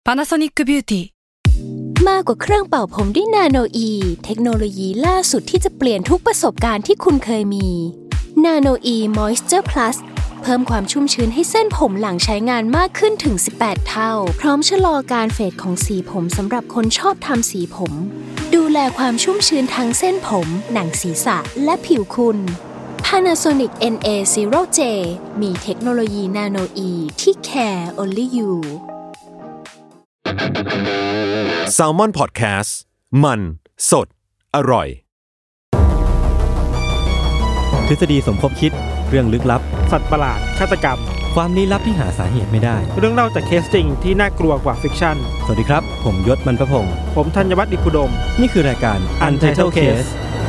Panasonic Beauty มากกว่าเครื่องเป่าผมด้วยนาโนอีเทคโนโลยีล่าสุดที่จะเปลี่ยนทุกประสบการณ์ที่คุณเคยมีนาโนอีมอยส์เจอร์พลัสเพิ่มความชุ่มชื้นให้เส้นผมหลังใช้งานมากขึ้นถึง18เท่าพร้อมชะลอการเฟดของสีผมสำหรับคนชอบทำสีผมดูแลความชุ่มชื้นทั้งเส้นผมหนังศีรษะและผิวคุณ Panasonic NA0J มีเทคโนโลยีนาโนอีที่ care only you Salmon Podcast มันสดอร่อยทฤษฎีสมคบคิดเรื่องลึกลับสัตว์ประหลาดฆาตกรรมความลี้ลับที่หาสาเหตุไม่ได้เรื่องเล่าจากเคสจริงที่น่ากลัวกว่าฟิกชั่นสวัสดีครับผมยศมันประพงษ์ผมธัญวัฒน์อิพุดมนี่คือรายการ Untitled Case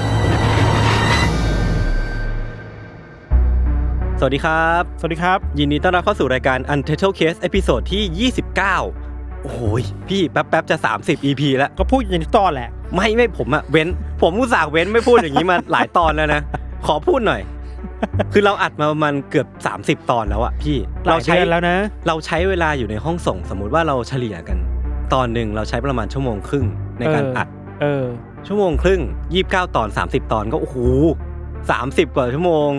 สวัสดีครับสวัสดีครับยินดีต้อนรับเข้าสู่รายการ Untitled Case เอพิโซดที่29โอ้โหพี่แป๊บๆจะ30 EP แล้วก็พูดอย่างที่ตอนแหละไม่ผมอะเว้นผมอุตส่าห์เว้นไม่พูดอย่างนี้มาหลายตอนแล้วนะขอพูดหน่อยคือเราอัดมาประมาณเกือบ30ตอนแล้วอะพี่เราใช้แล้วนะเราใช้เวลาอยู่ในห้องส่งสมมุติว่าเราเฉลี่ยกันตอนนึงเราใช้ประมาณ1.5 ชั่วโมงในการอัด1.5 ชั่วโมง29ตอน30ตอนก็โอ้โห30กว่าชั่วโมง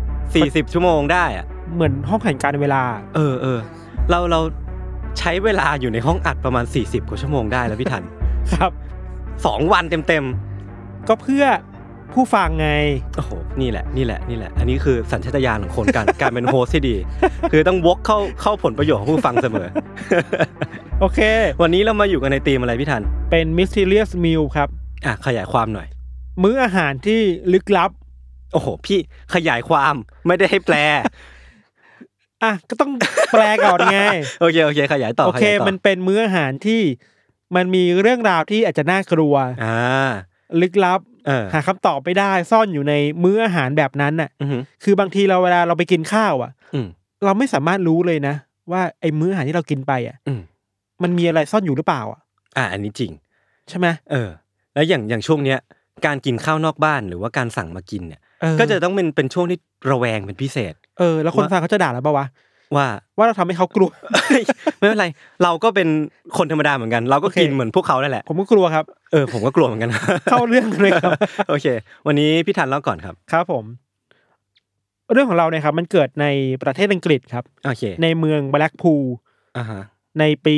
40ชั่วโมงได้อะเหมือนห้องแข่งการเวลาเราใช้เวลาอยู่ในห้องอัดประมาณ40กว่าชั่วโมงได้แล้วพี่ทันครับ 2วันเต็มๆก็เพื่อผู้ฟังไงโอ้โหนี่แหละอันนี้คือสัญชาตญาณของคนการเป็นโฮสต์ที่ดีคือต้องวกเข้าผลประโยชน์ของผู้ฟังเสมอโอเควันนี้เรามาอยู่กันในธีมอะไรพี่ทันเป็น Mysterious Meal ครับขยายความหน่อยมื้ออาหารที่ลึกลับโอ้โหพี่ขยายความไม่ได้ให้แปลก็ต้องแปลก่อนไงโอเคขยายต่อโอเคมันเป็นมื้ออาหารที่มันมีเรื่องราวที่อาจจะน่ากลัวลึกลับหาคำตอบไม่ได้ซ่อนอยู่ในมื้ออาหารแบบนั้นน่ะคือบางทีเวลาเราไปกินข้าวเราไม่สามารถรู้เลยนะว่าไอ้มื้ออาหารที่เรากินไปมันมีอะไรซ่อนอยู่หรือเปล่าอันนี้จริงใช่ไหมแล้วอย่างช่วงเนี้ยการกินข้าวนอกบ้านหรือว่าการสั่งมากินเนี่ยก็จะต้องเป็นช่วงที่ระแวงเป็นพิเศษแล้วคนฟังเขาจะด่าเราป่าววะว่าเราทำให้เขากลัวไม่เป็นไรเราก็เป็นคนธรรมดาเหมือนกันเราก็กินเหมือนพวกเขานั่นแหละผมก็กลัวครับผมก็กลัวเหมือนกันเข้าเรื่องเลยครับโอเควันนี้พี่ทันเล่าก่อนครับครับผมเรื่องของเราเนี่ยครับมันเกิดในประเทศอังกฤษครับโอเคในเมืองแบล็กพูลในปี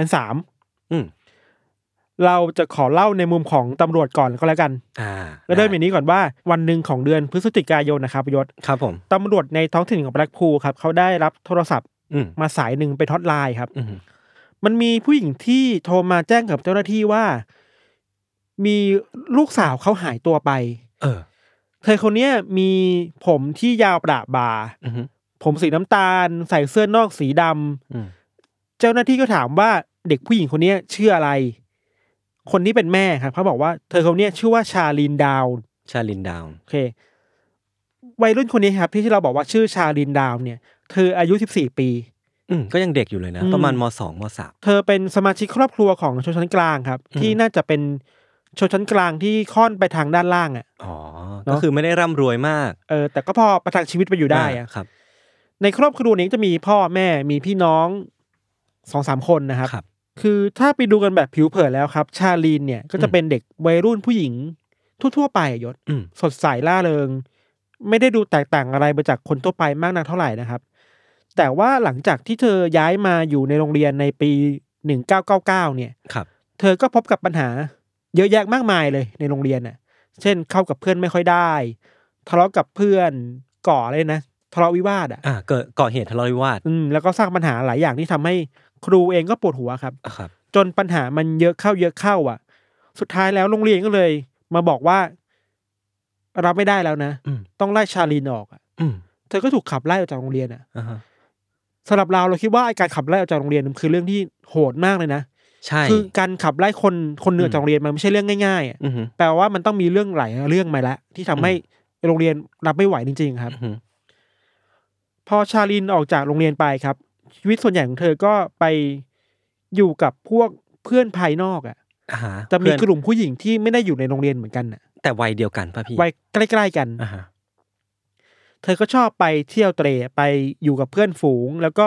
2003เราจะขอเล่าในมุมของตำรวจก่อนก็แล้วกันแล้วเริ่มอย่างนี้ก่อนว่าวันหนึ่งของเดือนพฤศจิกายนนะครับยศครับผมตำรวจในท้องถิ่นของแบล็กพูลครับเขาได้รับโทรศัพท์มาสายหนึ่งเป็นฮอตไลน์ครับมันมีผู้หญิงที่โทรมาแจ้งกับเจ้าหน้าที่ว่ามีลูกสาวเขาหายตัวไปเธอคนนี้มีผมที่ยาวประบ่าผมสีน้ำตาลใส่เสื้อนอกสีดำเจ้าหน้าที่ก็ถามว่าเด็กผู้หญิงคนนี้ชื่ออะไรคนที่เป็นแม่ครับเขาบอกว่าเธอคนนี้ชื่อว่าชาลินดาวโอเควัยรุ่นคนนี้ครับที่เราบอกว่าชื่อชาลินดาวเนี่ยเธออายุ14ปีก็ยังเด็กอยู่เลยนะประมาณม.2 ม.3 เธอเป็นสมาชิกครอบครัวของชนชั้นกลางครับที่น่าจะเป็นชนชั้นกลางที่ค่อนไปทางด้านล่างก็คือไม่ได้ร่ำรวยมากแต่ก็พอประทังชีวิตไปอยู่ได้ครับในครอบครัวนี้จะมีพ่อแม่มีพี่น้อง 2-3 คนนะครับคือถ้าไปดูกันแบบผิวเผินแล้วครับชาลีนเนี่ยก็จะเป็นเด็กวัยรุ่นผู้หญิงทั่วๆไปยศสดใสล่าเริงไม่ได้ดูแตกต่างอะไรไปจากคนทั่วไปมากนักเท่าไหร่นะครับแต่ว่าหลังจากที่เธอย้ายมาอยู่ในโรงเรียนในปี1999เนี่ยเธอก็พบกับปัญหาเยอะแยะมากมายเลยในโรงเรียนน่ะเช่นเข้ากับเพื่อนไม่ค่อยได้ทะเลาะกับเพื่อนก่ออะไรนะทะเลาะวิวาทก่อเหตุทะเลาะวิวาทแล้วก็สร้างปัญหาหลายอย่างที่ทำให้ครูเองก็ปวดหัวครับจนปัญหามันเยอะเข้าสุดท้ายแล้วโรงเรียนก็เลยมาบอกว่ารับไม่ได้แล้วนะต้องไล่ชาลีนออกเธอก็ถูกขับไล่ออกจากโรงเรียนสำหรับเราคิดว่าการขับไล่ออกจากโรงเรียนมันคือเรื่องที่โหดมากเลยนะใช่คือการขับไล่คนเหนือจากโรงเรียนมันไม่ใช่เรื่องง่ายๆแปลว่ามันต้องมีเรื่องหลายเรื่องมาแล้วที่ทำให้โรงเรียนรับไม่ไหวจริงๆครับพอชาลีนออกจากโรงเรียนไปครับชีวิตส่วนใหญ่ของเธอก็ไปอยู่กับพวกเพื่อนภายนอกจะมีกลุ่มผู้หญิงที่ไม่ได้อยู่ในโรงเรียนเหมือนกันแต่วัยเดียวกันป่ะพี่วัยใกล้ๆกันเธอก็ชอบไปเที่ยวเตร่ไปอยู่กับเพื่อนฝูงแล้วก็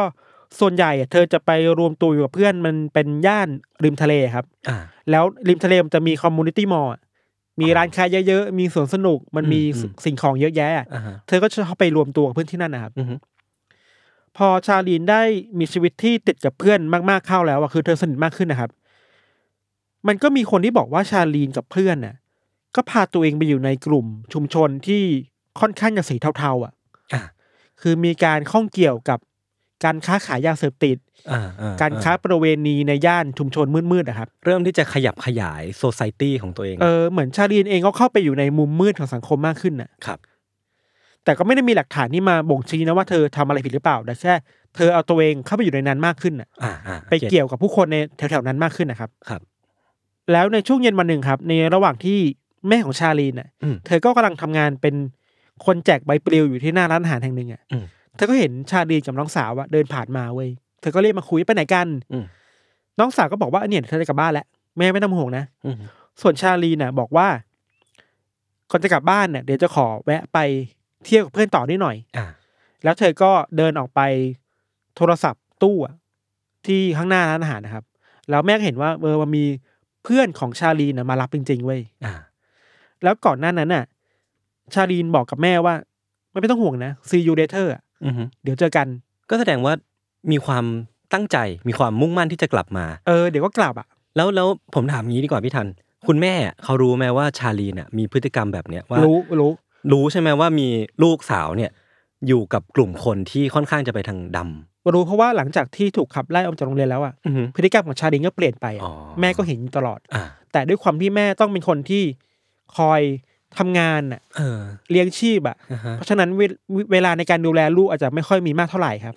ส่วนใหญ่เธอจะไปรวมตัวอยู่กับเพื่อนมันเป็นย่านริมทะเลครับแล้วริมทะเลมันจะมีคอมมูนิตี้มอลล์มีร้านค้าเยอะๆมีสวนสนุกมันมีสิ่งของเยอะแยะเธอก็จะเข้าไปรวมตัวกับเพื่อนที่นั่นนะครับพอชาลีนได้มีชีวิตที่ติดกับเพื่อนมากๆเข้าแล้วคือเธอสนิทมากขึ้นนะครับมันก็มีคนที่บอกว่าชาลีนกับเพื่อนน่ะก็พาตัวเองไปอยู่ในกลุ่มชุมชนที่ค่อนข้างจะสีเทาๆคือมีการข้องเกี่ยวกับการค้าขายยาเสพติดการค้าประเวณีในย่านชุมชนมืดๆนะครับเริ่มที่จะขยับขยายโซไซตี้ของตัวเองเหมือนชาลีนเองก็เข้าไปอยู่ในมุมมืดของสังคมมากขึ้นครับแต่ก็ไม่ได้มีหลักฐานที่มาบ่งชี้นะว่าเธอทำอะไรผิดหรือเปล่าแต่แค่เธอเอาตัวเองเข้าไปอยู่ในนั้นมากขึ้นไปเกี่ยวกับผู้คนในแถวๆนั้นมากขึ้นนะครับแล้วในช่วงเย็นวันหนึ่งครับในระหว่างที่แม่ของชาลีนเธอก็กำลังทำงานเป็นคนแจกใบปลิวอยู่ที่หน้าร้านอาหารแห่งหนึ่งเธอก็เห็นชาลีนกับน้องสาวเดินผ่านมาเว้ยเธอก็เรียกมาคุยไปไหนกันน้องสาวก็บอกว่าเนี่ยเธอจะกลับบ้านแล้วแม่ไม่ต้องห่วงนะส่วนชาลีนบอกว่าก่อนจะกลับบ้านเนี่ยเดี๋ยวจะขอแวะไปเที่ยวกับเพื่อนต่อนิดหน่อยแล้วเธอก็เดินออกไปโทรศัพท์ตู้ที่ข้างหน้าร้านอาหารนะครับแล้วแม่ก็เห็นว่ามันมีเพื่อนของชาลีนมารับจริงๆเว้ยแล้วก่อนหน้านั้นน่ะชาลีนบอกกับแม่ว่าไม่ต้องห่วงนะ see you later เดี๋ยวเจอกันก็แสดงว่ามีความตั้งใจมีความมุ่งมั่นที่จะกลับมาเดี๋ยวก็กลับแล้วผมถามงี้ดีกว่าพี่ทันคุณแม่เขารู้ไหมว่าชาลีนมีพฤติกรรมแบบเนี้ยว่ารู้ใช่ไหมว่ามีลูกสาวเนี่ยอยู่กับกลุ่มคนที่ค่อนข้างจะไปทางดำรู้เพราะว่าหลังจากที่ถูกขับไล่ออกจากโรงเรียนแล้วพฤติกรรมของชาลีนก็เปลี่ยนไปแม่ก็เห็นตลอดแต่ด้วยความที่แม่ต้องเป็นคนที่คอยทำงานเลี้ยงชีพเพราะฉะนั้นเวลาในการดูแลลูกอาจจะไม่ค่อยมีมากเท่าไหร่ครับ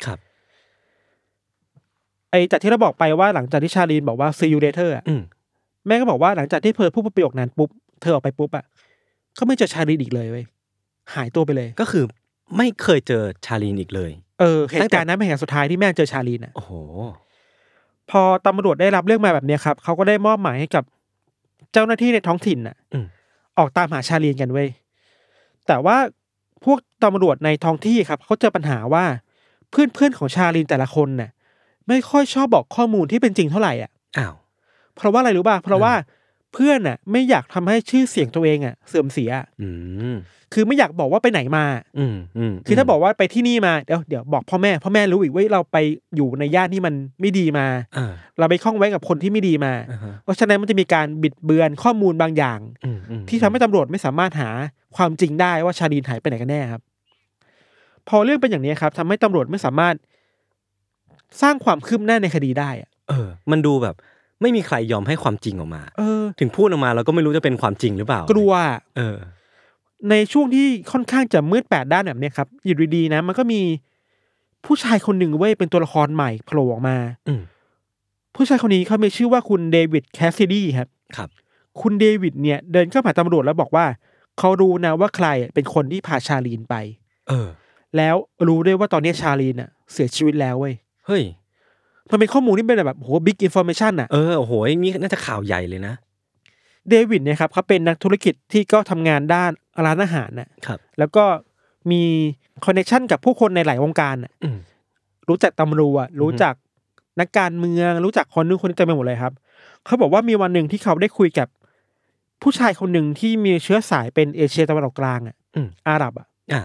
จากที่เราบอกไปว่าหลังจากที่ชาลีนบอกว่า see you later แม่ก็บอกว่าหลังจากที่เธอพูดประโยคนั้นปุ๊บเธอออกไปปุ๊บก็ไม่เจอชาลีนอีกเลยเว้ยหายตัวไปเลยก็คือไม่เคยเจอชาลีนอีกเลยเหตุการณ์นั้นเป็นเหตุสุดท้ายที่แม่เจอชาลีนโอ้โหพอตำรวจได้รับเรื่องมาแบบนี้ครับเขาก็ได้มอบหมายให้กับเจ้าหน้าที่ในท้องถิ่นออกตามหาชาลีนกันเว้ยแต่ว่าพวกตำรวจในท้องที่ครับเขาเจอปัญหาว่าเพื่อนของชาลีนแต่ละคนน่ะไม่ค่อยชอบบอกข้อมูลที่เป็นจริงเท่าไหร่เพราะว่าอะไรรู้ป่ะเพราะว่าเพื่อนไม่อยากทำให้ชื่อเสียงตัวเองเสื่อมเสียคือไม่อยากบอกว่าไปไหนมาคือถ้าบอกว่าไปที่นี่มาเดี๋ยวบอกพ่อแม่รู้อีกว่าเราไปอยู่ในย่านที่มันไม่ดีมาเราไปข้องแวะกับคนที่ไม่ดีมาเพราะฉะนั้นมันจะมีการบิดเบือนข้อมูลบางอย่างที่ทำให้ตำรวจไม่สามารถหาความจริงได้ว่าชาลีนหายไปไหนกันแน่ครับพอเรื่องเป็นอย่างนี้ครับทำให้ตำรวจไม่สามารถสร้างความคืบหน้าในคดีได้มันดูแบบไม่มีใครยอมให้ความจริงออกมาถึงพูดออกมาเราก็ไม่รู้จะเป็นความจริงหรือเปล่ากลัวในช่วงที่ค่อนข้างจะมืดแปดด้านแบบนี้ครับอยู่ดีๆนะมันก็มีผู้ชายคนหนึ่งเว้ยเป็นตัวละครใหม่โผล่ออกมาผู้ชายคนนี้เขามีชื่อว่าคุณเดวิดแคสซิดี้ครับคุณเดวิดเนี่ยเดินเข้าหาตำรวจแล้วบอกว่าเขารู้นะว่าใครเป็นคนที่พาชาลีนไปแล้วรู้ด้วยว่าตอนนี้ชาลีนเสียชีวิตแล้วเว้ยเฮ้ยมันเป็นข้อมูลที่เป็นแบบโหบิ๊กอินฟอร์เมชันโอ้โหนี่น่าจะข่าวใหญ่เลยนะเดวิดเนี่ยครับเขาเป็นนักธุรกิจที่ก็ทำงานด้านร้านอาหารนะครับแล้วก็มีคอนเนคชั่นกับผู้คนในหลายวงการรู้จักตำรวจรู้จักนักการเมืองรู้จักคนนู้นคนนี้เต็มไปหมดเลยครับเขาบอกว่ามีวันหนึ่งที่เขาได้คุยกับผู้ชายคนหนึ่งที่มีเชื้อสายเป็นเอเชียตะวันออกกลางอาหรับ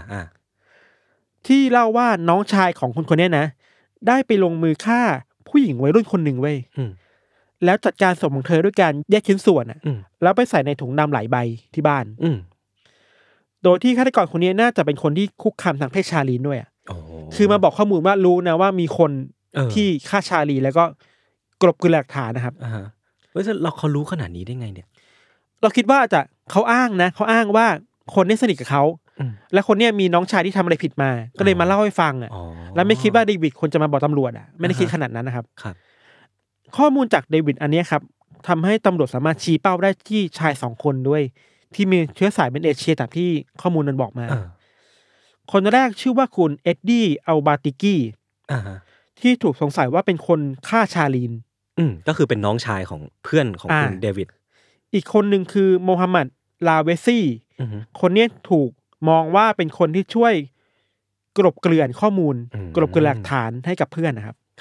ที่เล่าว่าน้องชายของคนนี้นะได้ไปลงมือฆ่าผู้หญิงวัยรุ่นคนหนึ่งเว้ยแล้วจัดการศพของเธอด้วยการแยกชิ้นส่วนแล้วไปใส่ในถุงดำหลายใบที่บ้านโดยที่ฆาตกรคนนี้น่าจะเป็นคนที่คุกคามทางเพศชาลีนด้วยคือมาบอกข้อมูลว่ารู้นะว่ามีคนที่ฆ่าชาลีแล้วก็กลบเกลื่อนหลักฐานนะครับเขารู้ขนาดนี้ได้ไงเนี่ยเราคิดว่าจะเขาอ้างว่าคนนี้สนิทกับเขาและคนนี้มีน้องชายที่ทำอะไรผิดมาก็เลยมาเล่าให้ฟังแล้วไม่คิดว่าเดวิดคนจะมาบอกตำรวจไม่ได้คิดขนาดนั้นนะครับข้อมูลจากเดวิดอันนี้ครับทำให้ตำรวจสามารถชี้เป้าได้ที่ชาย2คนด้วยที่มีเชื้อสายเป็นเอเชียตามที่ข้อมูลนั้นบอกมาคนแรกชื่อว่าคุณเอ็ดดี้อัลบาติกี้ที่ถูกสงสัยว่าเป็นคนฆ่าชาลีนก็คือเป็นน้องชายของเพื่อนของคุณเดวิดอีกคนหนึ่งคือโมฮัมหมัดลาเวซี่คนนี้ถูกมองว่าเป็นคนที่ช่วยกลบเกลื่อนข้อมูลกลบเกลื่อนหลักฐานให้กับเพื่อนนะครับ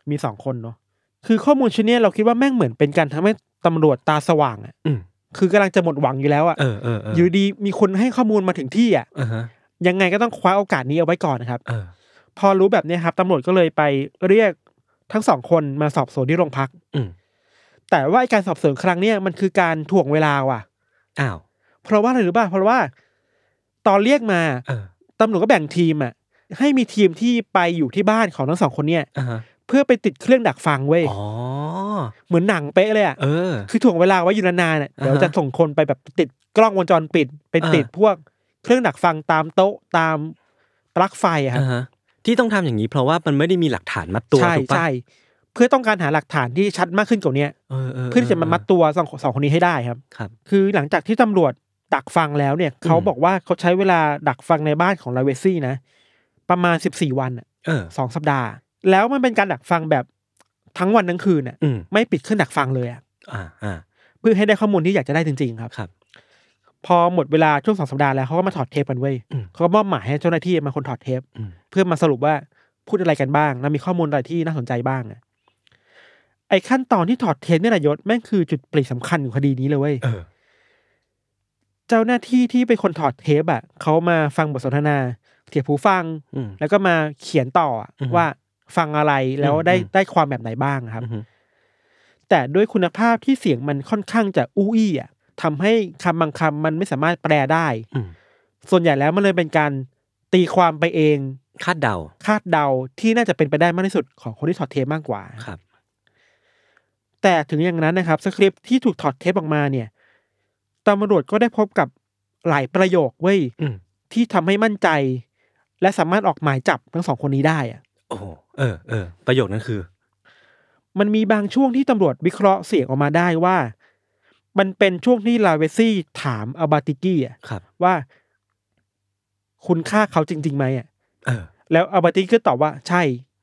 มี2คนเนาะคือข้อมูลชิ้นนี้เราคิดว่าแม่งเหมือนเป็นการทำให้ตำรวจตาสว่างอ่ะคือกำลังจะหมดหวังอยู่แล้วอ่ะอยู่ดีมีคนให้ข้อมูลมาถึงที่อ่ะยังไงก็ต้องคว้าโอกาสนี้เอาไว้ก่อนนะครับพอรู้แบบนี้ครับตำรวจก็เลยไปเรียกทั้ง2คนมาสอบสวนที่โรงพักแต่ว่าการสอบสวนครั้งนี้มันคือการถ่วงเวลาว่ะอ้าวเพราะว่าอะไรหรือเปล่าเพราะว่าตอนเรียกมาตำรวจก็แบ่งทีมอ่ะให้มีทีมที่ไปอยู่ที่บ้านของทั้ง2คนเนี่ยเพื่อไปติดเครื่องดักฟังเว้ยเหมือนหนังเป๊ะเลยอ่ะคือถ่วงเวลาไว้อยู่นานๆเนี่ยเดี๋ยวจะส่งคนไปแบบติดกล้องวงจรปิดไปติดพวกเครื่องดักฟังตามโต๊ะตามปลั๊กไฟอ่ะครับที่ต้องทำอย่างนี้เพราะว่ามันไม่ได้มีหลักฐานมัดตัวถูกปะใช่เพื่อต้องการหาหลักฐานที่ชัดมากขึ้นกว่านี้เพื่อที่จะมามัดตัวสองคนนี้ให้ได้ครับคือหลังจากที่ตำรวจดักฟังแล้วเนี่ยเขาบอกว่าเขาใช้เวลาดักฟังในบ้านของลาเวซี่นะประมาณ14 วัน2 สัปดาห์แล้วมันเป็นการดักฟังแบบทั้งวันทั้งคืนไม่ปิดเครื่องดักฟังเลยเพื่อให้ได้ข้อมูลที่อยากจะได้จริงๆครับพอหมดเวลาช่วง2 สัปดาห์แล้วเขาก็มาถอดเทปกันเว้ยเขาก็มอบหมายให้เจ้าหน้าที่มาคนถอดเทปเพื่อมาสรุปว่าพูดอะไรกันบ้างแล้วมีข้อมูลอะไรที่น่าสนใจบ้างไอ้ขั้นตอนที่ถอดเทปนี่แหละยศแม่งคือจุดเปลี่ยนสำคัญของคดีนี้เลยเว้ยเจ้าหน้าที่ที่เป็นคนถอดเทปเขามาฟังบทสนทนาเสียบหูฟังแล้วก็มาเขียนต่อว่าฟังอะไรแล้วได้ความแบบไหนบ้างครับแต่ด้วยคุณภาพที่เสียงมันค่อนข้างจะอู้อี้ทำให้คำบางคำมันไม่สามารถแปลได้ส่วนใหญ่แล้วมันเลยเป็นการตีความไปเองคาดเดาที่น่าจะเป็นไปได้มากที่สุดของคนที่ถอดเทปมากกว่าครับแต่ถึงอย่างนั้นนะครับสคริปต์ที่ถูกถอดเทปออกมาเนี่ยตำรวจก็ได้พบกับหลายประโยคเว้ยที่ทำให้มั่นใจและสามารถออกหมายจับทั้ง2 คนนี้ได้โอ้ประโยคนั้นคือมันมีบางช่วงที่ตำรวจวิเคราะห์เสียงออกมาได้ว่ามันเป็นช่วงที่ลาเวซี่ถามอัลบาติกี้ว่าคุณฆ่าเขาจริงๆไหมแล้วอัลบาติกี้ก็ตอบว่าใช่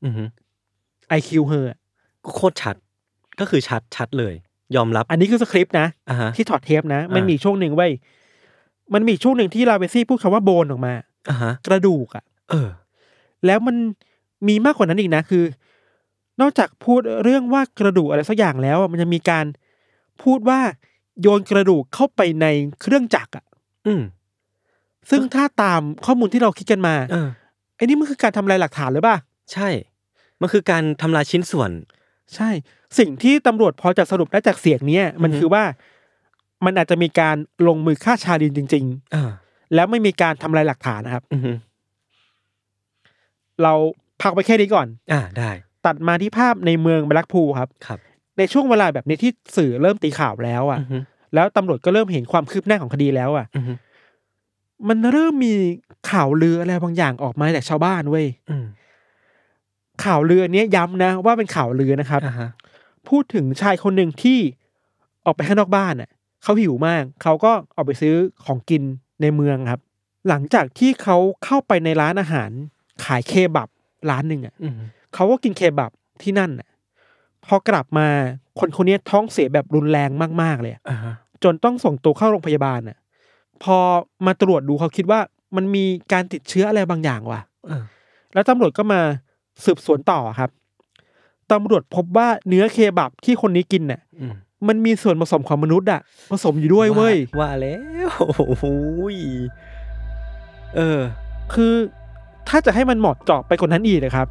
I kill her โคตรชัดก็คือชัดเลยยอมรับอันนี้คือสคริปต์นะที่ถอดเทปนะมันมีช่วงหนึ่งไว้มันมีช่วงหนึ่งที่ลาเวซี่พูดคำว่าโบนออกมากระดูกแล้วมันมีมากกว่านั้นอีกนะคือนอกจากพูดเรื่องว่ากระดูกอะไรสักอย่างแล้วมันจะมีการพูดว่าโยนกระดูกเข้าไปในเครื่องจักรซึ่งถ้าตามข้อมูลที่เราคิดกันมาไอ้นี่มันคือการทำลายหลักฐานหรือเปล่าใช่มันคือการทำลายชิ้นส่วนใช่สิ่งที่ตำรวจพอจะสรุปได้จากเสียงนี้มันคือว่ามันอาจจะมีการลงมือฆ่าชาลินจริงๆแล้วไม่มีการทำลายหลักฐานนะครับเราพักไปแค่นี้ก่อนได้ตัดมาที่ภาพในเมืองแบล็กพูลครับในช่วงเวลาแบบนี้ที่สื่อเริ่มตีข่าวแล้วแล้วตำรวจก็เริ่มเห็นความคืบหน้าของคดีแล้วมันเริ่มมีข่าวลืออะไรบางอย่างออกมาจากชาวบ้านเว้ยข่าวลืออันนี้ย้ำนะว่าเป็นข่าวลือนะครับพูดถึงชายคนหนึ่งที่ออกไปข้างนอกบ้านเขาหิวมากเขาก็ออกไปซื้อของกินในเมืองครับหลังจากที่เขาเข้าไปในร้านอาหารขายเคบับร้านหนึ่งเขาก็กินเคบับที่นั่นพอกลับมาคนนี้ท้องเสียแบบรุนแรงมากๆเลยจนต้องส่งตัวเข้าโรงพยาบาลพอมาตรวจดูเขาคิดว่ามันมีการติดเชื้ออะไรบางอย่างว่ะแล้วตำรวจก็มาสืบสวนต่อครับตำรวจพบว่าเนื้อเคบับที่คนนี้กินมันมีส่วนผสมของมนุษย์ผสมอยู่ด้วยเว้ยว่าแล้วโอ้ยคือถ้าจะให้มันเหมาะเจาะไปกว่านั้นอีกนะครับ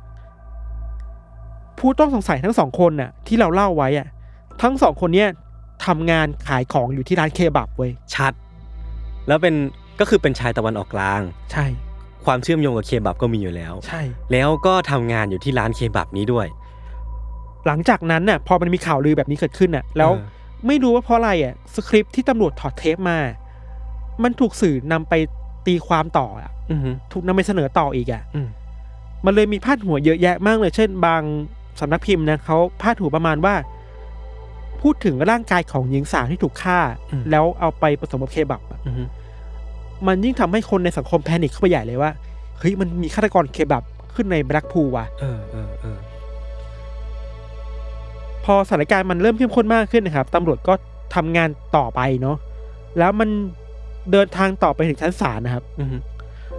ผู้ต้องสงสัยทั้ง2 คนที่เราเล่าไว้ทั้ง2 คนเนี้ยทำงานขายของอยู่ที่ร้านเคบับเว้ยชัดแล้วก็คือเป็นชายตะวันออกกลางใช่ความเชื่อมโยงกับเคบับก็มีอยู่แล้วใช่แล้วก็ทำงานอยู่ที่ร้านเคบับนี้ด้วยหลังจากนั้นพอมันมีข่าวลือแบบนี้เกิดขึ้นแล้วไม่รู้ว่าเพราะอะไรสคริปต์ที่ตำรวจถอดเทปมามันถูกสื่อนำไปตีความต่อถูกนำไปเสนอต่ออีกมันเลยมีพาดหัวเยอะแยะมากเลยเช่นบางสำนักพิมพ์นะเขาพาดหัวประมาณว่าพูดถึงร่างกายของหญิงสาวที่ถูกฆ่าแล้วเอาไปผสมกับเคบับมันยิ่งทำให้คนในสังคมแพนิคเข้าไปใหญ่เลยว่าเฮ้ยมันมีฆาตกรเคบับขึ้นในแบล็กพูลว่ะพอสถานการณ์มันเริ่มเข้มข้นมากขึ้นนะครับตำรวจก็ทำงานต่อไปเนาะแล้วมันเดินทางต่อไปถึงชั้นศาลนะครับ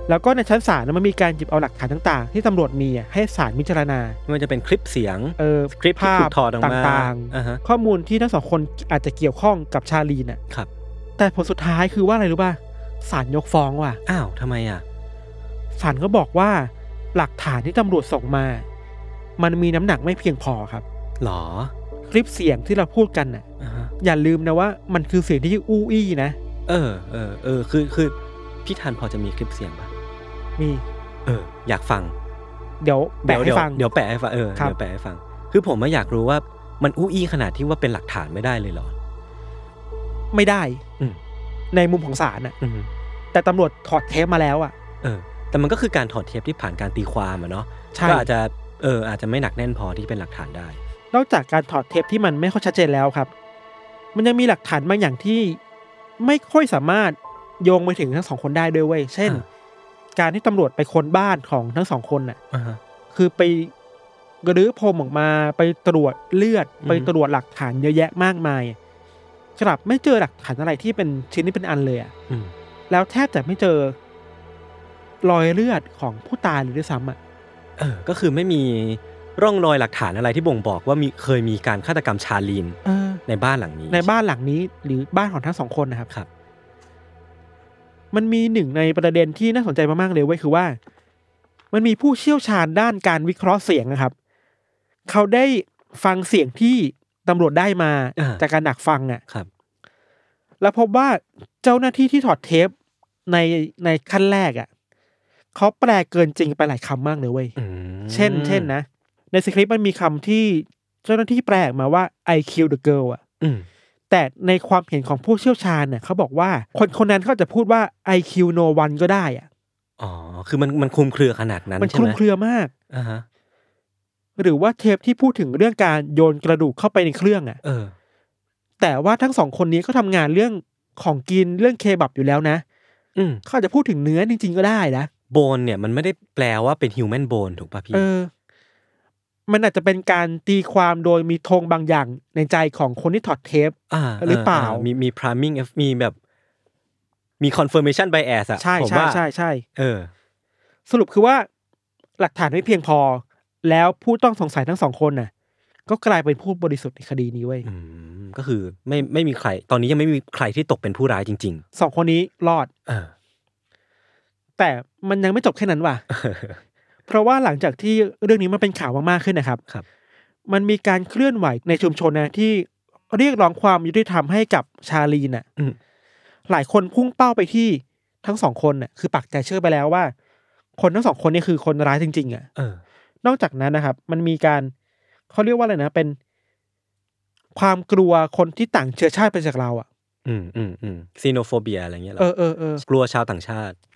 แล้วก็ในชั้นศาลมันมีการหยิบเอาหลักฐานต่างๆที่ตำรวจมีให้ศาลพิจารณามันจะเป็นคลิปเสียงคลิปภาพต่างๆข้อมูลที่ทั้งสองคนอาจจะเกี่ยวข้องกับชาลีน่ะครับแต่ผลสุดท้ายคือว่าอะไรรู้ป่ะศาลยกฟ้องว่ะอ้าวทำไมอ่ะศาลก็บอกว่าหลักฐานที่ตำรวจส่งมามันมีน้ำหนักไม่เพียงพอครับหรอคลิปเสียงที่เราพูดกันน่ะอย่าลืมนะว่ามันคือเสียงที่อู้อี้นะคือพี่ทันพอจะมีคลิปเสียงป่ะมีอยากฟังเดี๋ยวแปะให้ฟังเดี๋ยวแปะให้ฟังเดี๋ยวแปะให้ฟังคือผมไม่อยากรู้ว่ามันอู้อี้ขนาดที่ว่าเป็นหลักฐานไม่ได้เลยเหรอไม่ได้ในมุมของศาลน่ะแต่ตำรวจถอดเทปมาแล้วอ่ะแต่มันก็คือการถอดเทปที่ผ่านการตีความอ่ะเนาะก็อาจจะไม่หนักแน่นพอที่เป็นหลักฐานได้นอกจากการถอดเทปที่มันไม่ค่อยชัดเจนแล้วครับมันยังมีหลักฐานบางอย่างที่ไม่ค่อยสามารถโยงไปถึงทั้งสองคนได้ด้วยเว้ยเช่นการที่ตำรวจไปค้นบ้านของทั้งสองคนน่ะคือไปรื้อพรมออกมาไปตรวจเลือดไปตรวจหลักฐานเยอะแยะมากมายกลับไม่เจอหลักฐานอะไรที่เป็นชิ้นนี้เป็นอันเลยอ่ะแล้วแทบจะไม่เจอรอยเลือดของผู้ตายเลยด้วยซ้ำอ่ะก็คือไม่มีร่องรอยหลักฐานอะไรที่บ่งบอกว่าเคยมีการฆาตกรรมชาลีนในบ้านหลังนี้ในบ้านหลังนี้หรือบ้านของทั้งสองคนนะครับครับมันมีหนึ่งในประเด็นที่น่าสนใจมากๆเลยเว้ยคือว่ามันมีผู้เชี่ยวชาญด้านการวิเคราะห์เสียงนะครับเขาได้ฟังเสียงที่ตำรวจได้มาจากการดักฟังอ่ะครับแล้วพบว่าเจ้าหน้าที่ที่ถอดเทปในขั้นแรกอ่ะเขาแปลเกินจริงไปหลายคำมากเลยเว้ยเช่นนะในสคริปต์มันมีคำที่เจ้าหน้าที่แปลมาว่า I killed the girl อ่ะแต่ในความเห็นของผู้เชี่ยวชาญเนี่ยเขาบอกว่าคนนั้นเขาจะพูดว่า I kill no one ก็ได้อ่ะอ๋อคือมันคลุมเครือขนาดนั้นมันคลุมเครือมากหรือว่าเทปที่พูดถึงเรื่องการโยนกระดูกเข้าไปในเครื่องอ่ะแต่ว่าทั้งสองคนนี้ก็ทำงานเรื่องของกินเรื่องเคบับอยู่แล้วนะเขาจะพูดถึงเนื้อจริงๆก็ได้นะโบนเนี่ยมันไม่ได้แปลว่าเป็น human bone ถูกป่ะพี่มันอาจจะเป็นการตีความโดยมีธงบางอย่างในใจของคนที่ถอดเทปหรือเปล่ามี priming มีแบบมี confirmation bias อ่ะผมว่าใช่สรุปคือว่าหลักฐานไม่เพียงพอแล้วผู้ต้องสงสัยทั้งสองคนน่ะก็กลายเป็นผู้บริสุทธิ์ในคดีนี้เว้ยก็คือไม่มีใครตอนนี้ยังไม่มีใครที่ตกเป็นผู้ร้ายจริงๆสองคนนี้รอดแต่มันยังไม่จบแค่นั้นว่ะเพราะว่าหลังจากที่เรื่องนี้มันเป็นข่าวมากๆขึ้นนะครับมันมีการเคลื่อนไหวในชุมชนนะที่เรียกร้องความยุติธรรมให้กับชาลีน่ะหลายคนพุ่งเป้าไปที่ทั้งสองคนน่ะคือปักใจเชื่อไปแล้วว่าคนทั้งสองคนนี่คือคนร้ายจริงๆอ่ะนอกจากนั้นนะครับมันมีการเขาเรียกว่าอะไรนะเป็นความกลัวคนที่ต่างเชื้อชาติไปจากเราอ่ะซีโนโฟเบียอะไรเงี้ยหรอกลัวชาวต่างชาติ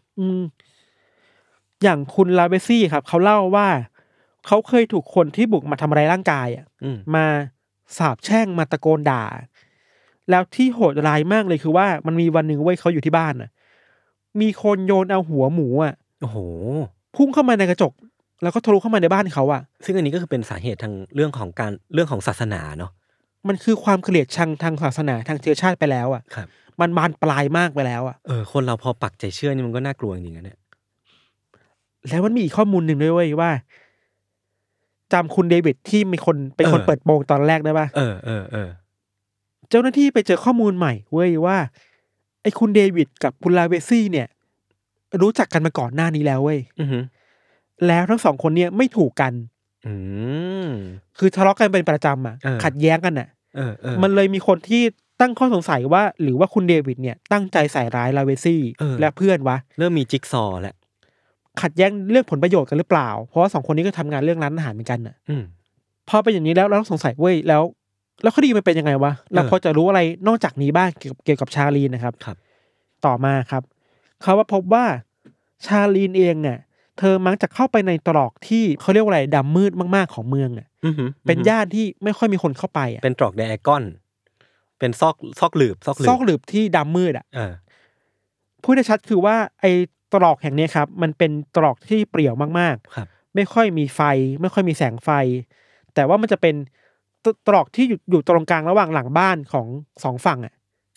อย่างคุณลาเบซี่ครับเขาเล่าว่าเขาเคยถูกคนที่บุกมาทำร้ายร่างกายมาสาปแช่งมาตะโกนด่าแล้วที่โหดร้ายมากเลยคือว่ามันมีวันหนึ่งเว้ยเขาอยู่ที่บ้านน่ะมีคนโยนเอาหัวหมูอ่ะโอ้โหพุ่งเข้ามาในกระจกแล้วก็ทะลุเข้ามาในบ้านเขาอ่ะซึ่งอันนี้ก็คือเป็นสาเหตุทางเรื่องของศาสนาเนาะมันคือความเกลียดชังทางศาสนาทางเชื้อชาติไปแล้วอ่ะมันบานปลายมากไปแล้วอ่ะคนเราพอปักใจเชื่อนี่มันก็น่ากลัวจริงๆนะเนี่ยแล้วมันมีอีกข้อมูลหนึ่งด้วยว่าจำคุณเดวิดที่มีคนเป็นคนเปิดโปงตอนแรกได้ป่ะเจ้าหน้าที่ไปเจอข้อมูลใหม่เว้ยว่าไอ้คุณเดวิดกับคุณลาเวซี่เนี่ยรู้จักกันมาก่อนหน้านี้แล้วเว้ยแล้วทั้งสองคนเนี่ยไม่ถูกกันคือทะเลาะกันเป็นประจำอ่ะขัดแย้งกันอ่ะมันเลยมีคนที่ตั้งข้อสงสัยว่าหรือว่าคุณเดวิดเนี่ยตั้งใจใส่ร้ายลาเวซี่และเพื่อนวะเริ่มมีจิ๊กซอว์แล้วขัดแย้งเรื่องผลประโยชน์กันหรือเปล่าเพราะว่าสองคนนี้ก็ทำงานเรื่องร้านอาหารเหมือนกันน่ะพอเป็นอย่างนี้แล้วเราต้องสงสัยเว้ยแล้วคดีมันเป็นยังไงวะเราพอจะรู้อะไรนอกจากนี้บ้างเกี่ยวกับชาลีนนะครับต่อมาครับเขาว่าพบว่าชาลีนเองเนี่ยเธอมักจะเข้าไปในตรอกที่เขาเรียกว่าอะไรดำมืดมากๆของเมืองอ่ะเป็นย่านที่ไม่ค่อยมีคนเข้าไปอ่ะเป็นตรอกไดอะกอนเป็นซอกหลืบที่ดำมืดอ่ะพูดได้ชัดคือว่าไอ้ตรอกแห่งนี้ครับมันเป็นตรอกที่เปรี่ยวมากๆไม่ค่อยมีไฟไม่ค่อยมีแสงไฟแต่ว่ามันจะเป็นตรอกที่อยู่ตรงกลางระหว่างหลังบ้านของสองฝั่งอ่ะ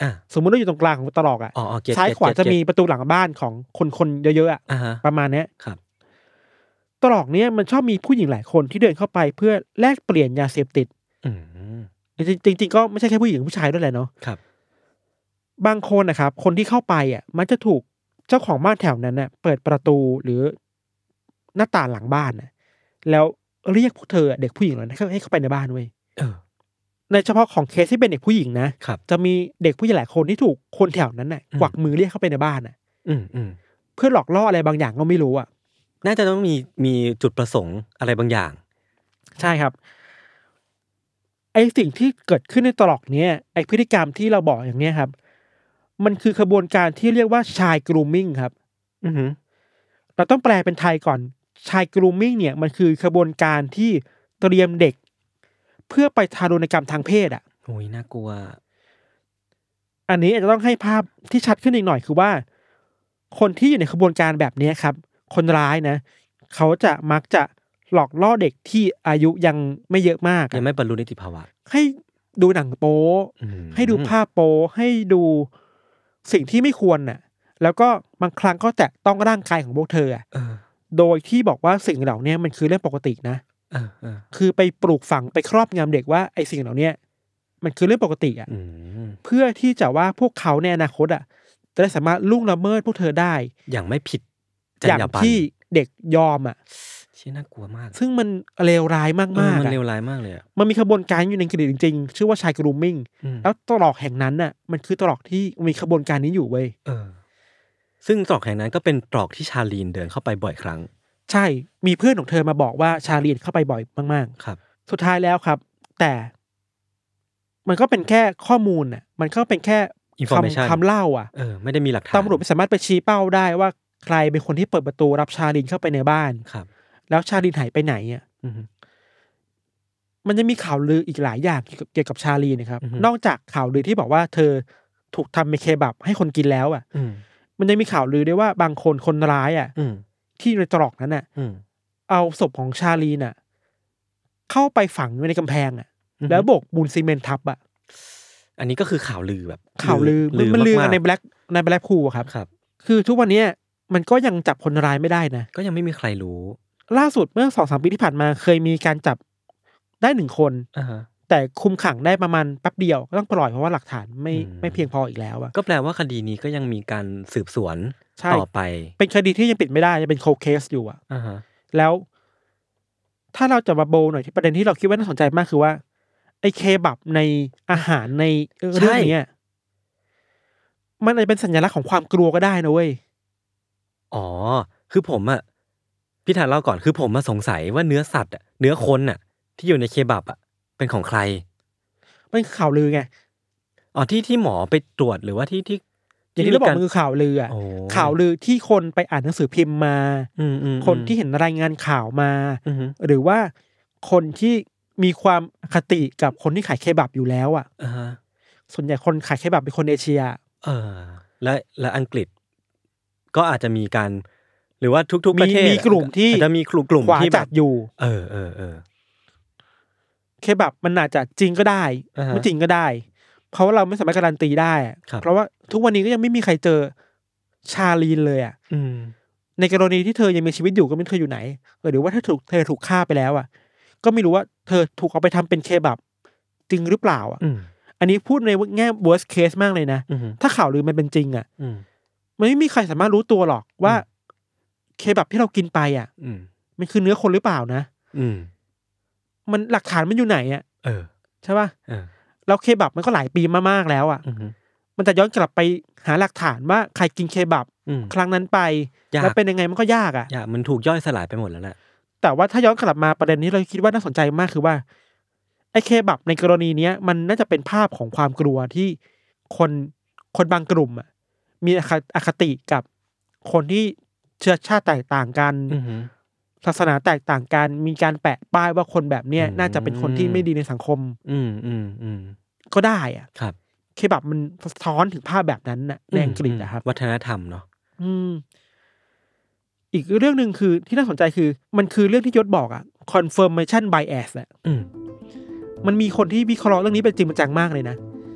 สมมุติเราอยู่ตรงกลางของตรอกอ่ะซ้ายขวาจะมีประตูหลังบ้านของคนเยอะๆอ่ะประมาณนี้ครับตรอกเนี้ยมันชอบมีผู้หญิงหลายคนที่เดินเข้าไปเพื่อแลกเปลี่ยนยาเสพติดจริงๆก็ไม่ใช่แค่ผู้หญิงผู้ชายด้วยแหละเนาะครับบางคนนะครับคนที่เข้าไปอ่ะมันจะถูกเจ้าของบ้านแถวนั้นน่ะเปิดประตูหรือหน้าต่างหลังบ้านน่ะแล้วเรียกพวกเธอเด็กผู้หญิงเหล่านั้นให้เข้าไปในบ้านเว้ยในเฉพาะของเคสที่เป็นเด็กผู้หญิงนะจะมีเด็กผู้หญิงหลายคนที่ถูกคนแถวนั้นน่ะกวักมือเรียกเข้าไปในบ้านน่ะเพื่อหลอกล่ออะไรบางอย่างก็ไม่รู้อ่ะน่าจะต้องมีจุดประสงค์อะไรบางอย่างใช่ครับไอสิ่งที่เกิดขึ้นในตรอกเนี้ยไอพฤติกรรมที่เราบอกอย่างเนี้ยครับมันคือขบวนการที่เรียกว่าชายกรูมมิ่งครับเราต้องแปลเป็นไทยก่อนชายกรูมมิ่งเนี่ยมันคือขบวนการที่เตรียมเด็กเพื่อไปทารุณกรรมทางเพศอ่ะโอ้ยน่ากลัวอันนี้อาจจะต้องให้ภาพที่ชัดขึ้นอีกหน่อยคือว่าคนที่อยู่ในขบวนการแบบนี้ครับคนร้ายนะเขาจะมักจะหลอกล่อเด็กที่อายุยังไม่เยอะมากยังไม่บรรลุนิติภาวะให้ดูหนังโป๊ให้ดูภาพโป๊ให้ดูสิ่งที่ไม่ควรน่ะแล้วก็บางครั้งก็แตะต้องร่างกายของพวกเธอโดยที่บอกว่าสิ่งเหล่านี้มันคือเรื่องปกตินะคือไปปลูกฝังไปครอบงำเด็กว่าไอ้สิ่งเหล่านี้มันคือเรื่องปกติอ่ะเพื่อที่จะว่าพวกเขาในอนาคตอ่ะจะได้สามารถล่วงละเมิดพวกเธอได้อย่างไม่ผิดอย่างที่เด็กยอมอ่ะชี่น่ากลัวมากซึ่งมันเลวร้ายมากๆมันเลวร้ายมากเลยมันมีขบวนการอยู่ในอังกฤษจริงๆชื่อว่าชายกรูมมิ่งแล้วตรอกแห่งนั้นน่ะมันคือตรอกที่มีขบวนการนี้อยู่เว้ยซึ่งตรอกแห่งนั้นก็เป็นตรอกที่ชาลีนเดินเข้าไปบ่อยครั้งใช่มีเพื่อนของเธอมาบอกว่าชาลีนเข้าไปบ่อยมากๆครับสุดท้ายแล้วครับแต่มันก็เป็นแค่ข้อมูลน่ะมันก็เป็นแค่คำเล่าอ่ะไม่ได้มีหลักฐานตำรวจไม่สามารถไปชี้เป้าได้ว่าใครเป็นคนที่เปิดประตูรับชาลีนเข้าไปในบ้านครับแล้วชาลีนหายไปไหนอ่ะมันจะมีข่าวลืออีกหลายอย่างเกี่ยวกับชาลีนนะครับนอกจากข่าวลือที่บอกว่าเธอถูกทำเป็นเคบับให้คนกินแล้วอ่ะมันจะมีข่าวลือด้วยว่าบางคนร้ายอ่ะที่ในตรอกนั้นอ่ะเอาศพของชาลีนอ่ะเข้าไปฝังไว้ในกำแพงอ่ะแล้วโบกปูนซีเมนต์ทับอ่ะอันนี้ก็คือข่าวลือแบบข่าวลือมันลือในแบล็คพูลครับคือทุกวันนี้มันก็ยังจับคนร้ายไม่ได้นะก็ยังไม่มีใครรู้ล่าสุดเมื่อ 2-3 ปีที่ผ่านมาเคยมีการจับได้1 คนแต่คุมขังได้ประมาณแป๊บเดียวก็ต้องปล่อยเพราะว่าหลักฐานไม่เพียงพออีกแล้วก็แปลว่าคดีนี้ก็ยังมีการสืบสวนต่อไปเป็นคดีที่ยังปิดไม่ได้ยังเป็นโคลด์เคสอยู่อ่ะแล้วถ้าเราจะมาโบหน่อยที่ประเด็นที่เราคิดว่าน่าสนใจมากคือว่าไอ้เคบับในอาหารในเรื่องนี้มันอาจจะเป็นสัญลักษณ์ของความกลัวก็ได้นะเว้ยอ๋อคือผมอ่ะพี่ถามเล่าก่อนคือผมมาสงสัยว่าเนื้อสัตว์เนื้อคนน่ะที่อยู่ในเคบับเป็นของใครเป็นข่าวลือไงที่หมอไปตรวจหรือว่าที่อย่างที่เราบอกมันคือข่าวลือข่าวลือที่คนไปอ่านหนังสือพิมพ์มาคนที่เห็นรายงานข่าวมาหรือว่าคนที่มีความคติกับคนที่ขายเคบับอยู่แล้วอ่ะส่วนใหญ่คนขายเคบับเป็นคนเอเชียและอังกฤษก็อาจจะมีการหรือว่าทุกๆประเทศมีกลุ่มที่จะมีกลุ่มที่จัดอยู่เคบับมันอาจจะจริงก็ได้ไม่จริงก็ได้เพราะว่าเราไม่สามารถการันตีได้เพราะว่าทุกวันนี้ก็ยังไม่มีใครเจอชาลีนเลยในกรณีที่เธอยังมีชีวิตอยู่ก็ไม่รู้เธออยู่ไหนหรือว่าถ้าเธอถูกฆ่าไปแล้วก็ไม่รู้ว่าเธอถูกเอาไปทำเป็นเคบับจริงหรือเปล่าอันนี้พูดในแง่ worst case มากเลยนะถ้าข่าวลือมันเป็นจริงมันไม่มีใครสามารถรู้ตัวหรอกว่าเคบับที่เรากินไปมันคือเนื้อคนหรือเปล่านะมันหลักฐานมันอยู่ไหนใช่ป่ะแล้วเคบับมันก็หลายปีมากๆแล้วมันจะย้อนกลับไปหาหลักฐานว่าใครกินเคบับครั้งนั้นไปแล้วเป็นยังไงมันก็ยากมันถูกย่อยสลายไปหมดแล้วแหละแต่ว่าถ้าย้อนกลับมาประเด็นนี้เราคิดว่าน่าสนใจมากคือว่าไอ้เคบับในกรณีนี้มันน่าจะเป็นภาพของความกลัวที่คนบางกลุ่มมีอคติกับคนที่เชื้อชาติแตกต่างกันศาสนาแตกต่างกันมีการแปะป้ายว่าคนแบบเนี้ยน่าจะเป็นคนที่ไม่ดีในสังคมก็ได้ครับเคบับมันสะท้อนถึงภาพแบบนั้นในอังกฤษนะครับวัฒนธรรมเนาะอีกเรื่องนึงคือที่น่าสนใจคือมันคือเรื่องที่ยศบอกconfirmation bias มันมีคนที่วิเคราะห์เรื่องนี้เป็นจริงเป็นจังมากเลยนะ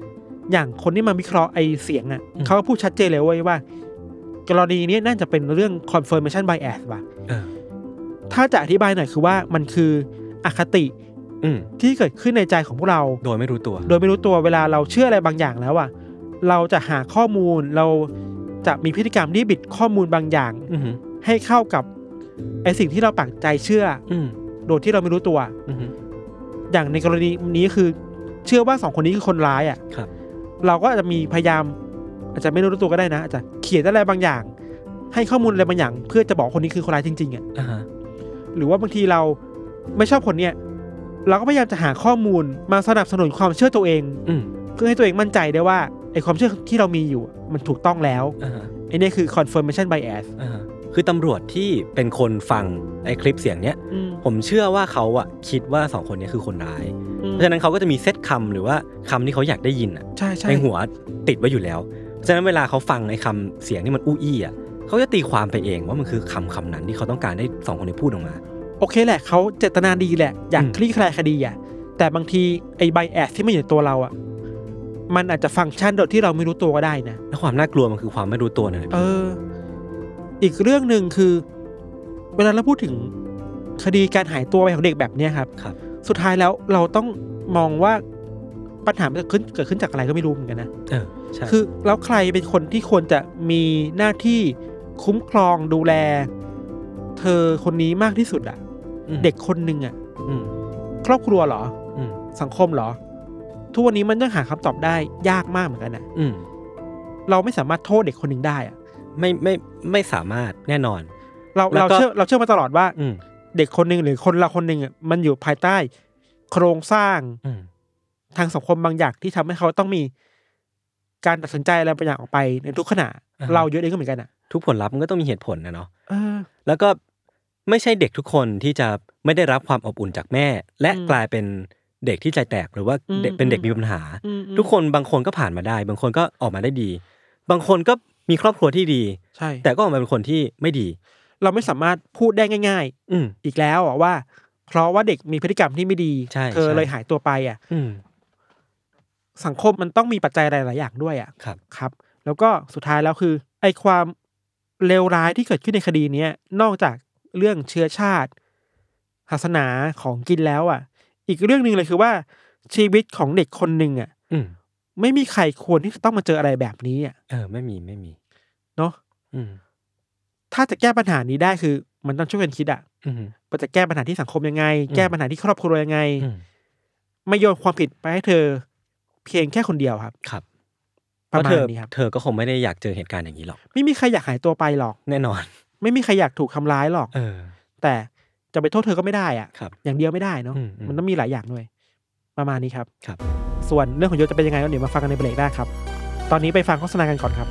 อย่างคนที่มาวิเคราะห์ไอเสียงอ่ะเขาก็พูดชัดเจนเลยว่ากรณีนี้น่าจะเป็นเรื่อง confirmation bias ว่ะถ้าจะอธิบายหน่อยคือว่ามันคืออคติที่เกิดขึ้นในใจของพวกเราโดยไม่รู้ตัวเวลาเราเชื่ออะไรบางอย่างแล้วอ่ะเราจะหาข้อมูลเราจะมีพฤติกรรมที่บิดข้อมูลบางอย่างให้เข้ากับไอสิ่งที่เราปักใจเชื่อโดยที่เราไม่รู้ตัวอย่างในกรณีนี้คือเชื่อว่า2คนนี้คือคนร้ายอ่ะเราก็อาจจะมีพยายามอาจจะไม่รู้ตัวก็ได้นะอาจจะเขียนอะไรบางอย่างให้ข้อมูลอะไรบางอย่างเพื่อจะบอกคนนี้คือคนร้ายจริงๆอ่ะหรือว่าบางทีเราไม่ชอบคนเนี้ยเราก็พยายามจะหาข้อมูลมาสนับสนุนความเชื่อตัวเองเพื่อให้ตัวเองมั่นใจได้ว่าไอ้ความเชื่อที่เรามีอยู่มันถูกต้องแล้วไอ้นี่คือ confirmation bias คือตำรวจที่เป็นคนฟังไอ้คลิปเสียงเนี้ยผมเชื่อว่าเขาอะคิดว่า2คนนี้คือคนร้ายเพราะฉะนั้นเขาก็จะมีเซตคำหรือว่าคำที่เขาอยากได้ยินอะในหัวติดไว้อยู่แล้วเพราะฉะนั้นเวลาเขาฟังไอ้คำเสียงที่มันอู้อี้อะเขาจะตีความไปเองว่ามันคือคำนั้นที่เขาต้องการให้2คนนี้พูดออกมาโอเคแหละเขาเจตนาดีแหละอยากคลี่คลายคดีอ่ะแต่บางทีไอ้ไบแอสที่มันอยู่ในตัวเราอ่ะมันอาจจะฟังก์ชันโดยที่เราไม่รู้ตัวก็ได้นะแล้วความน่ากลัวมันคือความไม่รู้ตัวนั่นแหละอีกเรื่องนึงคือเวลาเราพูดถึงคดีการหายตัวไปของเด็กแบบเนี้ยครับสุดท้ายแล้วเราต้องมองว่าปัญหามันเกิดขึ้นจากอะไรก็ไม่รู้เหมือนกันนะใช่คือแล้วใครเป็นคนที่ควรจะมีหน้าที่คุ้มครองดูแลเธอคนนี้มากที่สุดอ่ะเด็กคนนึงอ่ะครอบครัวเหรอสังคมเหรอทุกวันนี้มันยังหาคำตอบได้ยากมากเหมือนกันนะเราไม่สามารถโทษเด็กคนนึงได้อ่ะไม่สามารถแน่นอนเราเชื่อมาตลอดว่าเด็กคนนึงหรือคนเราคนนึงอ่ะมันอยู่ภายใต้โครงสร้างทางสังคมบางอย่างที่ทำให้เขาต้องมีการตัดสินใจอะไรบางอย่างออกไปในทุกขณะเราเยอะเองก็เหมือนกันอ่ะทุกผลลัพธ์มันก็ต้องมีเหตุผลนะเนาะแล้วก็ไม่ใช่เด็กทุกคนที่จะไม่ได้รับความอบอุ่นจากแม่และกลายเป็นเด็กที่ใจแตกหรือว่าเป็นเด็กมีปัญหาทุกคนบางคนก็ผ่านมาได้บางคนก็ออกมาได้ดีบางคนก็มีครอบครัวที่ดีใช่แต่ก็ออกมาเป็นคนที่ไม่ดีเราไม่สามารถพูดได้ง่ายๆอีกแล้วว่าเพราะว่าเด็กมีพฤติกรรมที่ไม่ดีเธอเลยหายตัวไปอ่ะสังคมมันต้องมีปัจจัยหลายๆอย่างด้วยอ่ะครับแล้วก็สุดท้ายแล้วคือไอ้ความเลวร้ายที่เกิดขึ้นในคดีนี้นอกจากเรื่องเชื้อชาติศาสนาของกินแล้วอ่ะอีกเรื่องนึงเลยคือว่าชีวิตของเด็กคนนึงอ่ะไม่มีใครควรที่จะต้องมาเจออะไรแบบนี้อ่ะไม่มีเนาะถ้าจะแก้ปัญหานี้ได้คือมันต้องช่วยกันคิดอ่ะว่าจะแก้ปัญหาที่สังคมยังไงแก้ปัญหาที่ครอบครัวยังไงไม่โยนความผิดไปให้เธอเพียงแค่คนเดียวครับประมาณนี้ครับเธอก็คงไม่ได้อยากเจอเหตุการณ์อย่างนี้หรอกไม่มีใครอยากหายตัวไปหรอกแน่นอนไม่มีใครอยากถูกทำร้ายหรอกแต่จะไปโทษเธอก็ไม่ได้อ่ะอย่างเดียวไม่ได้เนาะมันต้องมีหลายอย่างด้วยประมาณนี้ครับส่วนเรื่องของโยจะเป็นยังไงก็เดี๋ยวมาฟังกันในเบรกได้ครับตอนนี้ไปฟังโฆษณากันก่อนครับ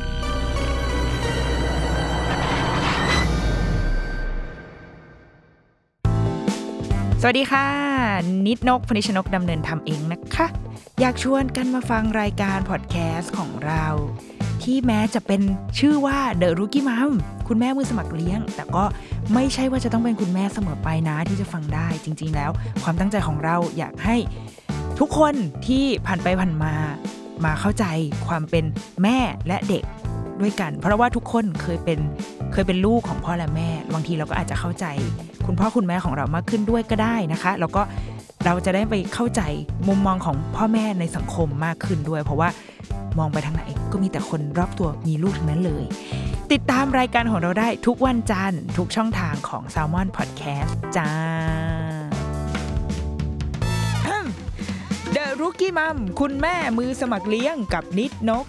สวัสดีค่ะนิดนกพนิชนกดำเนินทำเองนะคะอยากชวนกันมาฟังรายการพอดแคสต์ของเราที่แม้จะเป็นชื่อว่า The Rookie Mom คุณแม่มือสมัครเลี้ยงแต่ก็ไม่ใช่ว่าจะต้องเป็นคุณแม่เสมอไปนะที่จะฟังได้จริงๆแล้วความตั้งใจของเราอยากให้ทุกคนที่ผ่านไปผ่านมาเข้าใจความเป็นแม่และเด็กด้วยกันเพราะว่าทุกคนเคยเป็นลูกของพ่อและแม่บางทีเราก็อาจจะเข้าใจคุณพ่อคุณแม่ของเรามากขึ้นด้วยก็ได้นะคะแล้วก็เราจะได้ไปเข้าใจมุมมองของพ่อแม่ในสังคมมากขึ้นด้วยเพราะว่ามองไปทางไหนก็มีแต่คนรอบตัวมีลูกทั้งนั้นเลยติดตามรายการของเราได้ทุกวันจันทร์ทุกช่องทางของ Salmon Podcast จ้า The Rookie Mom คุณแม่มือสมัครเลี้ยงกับนิดนก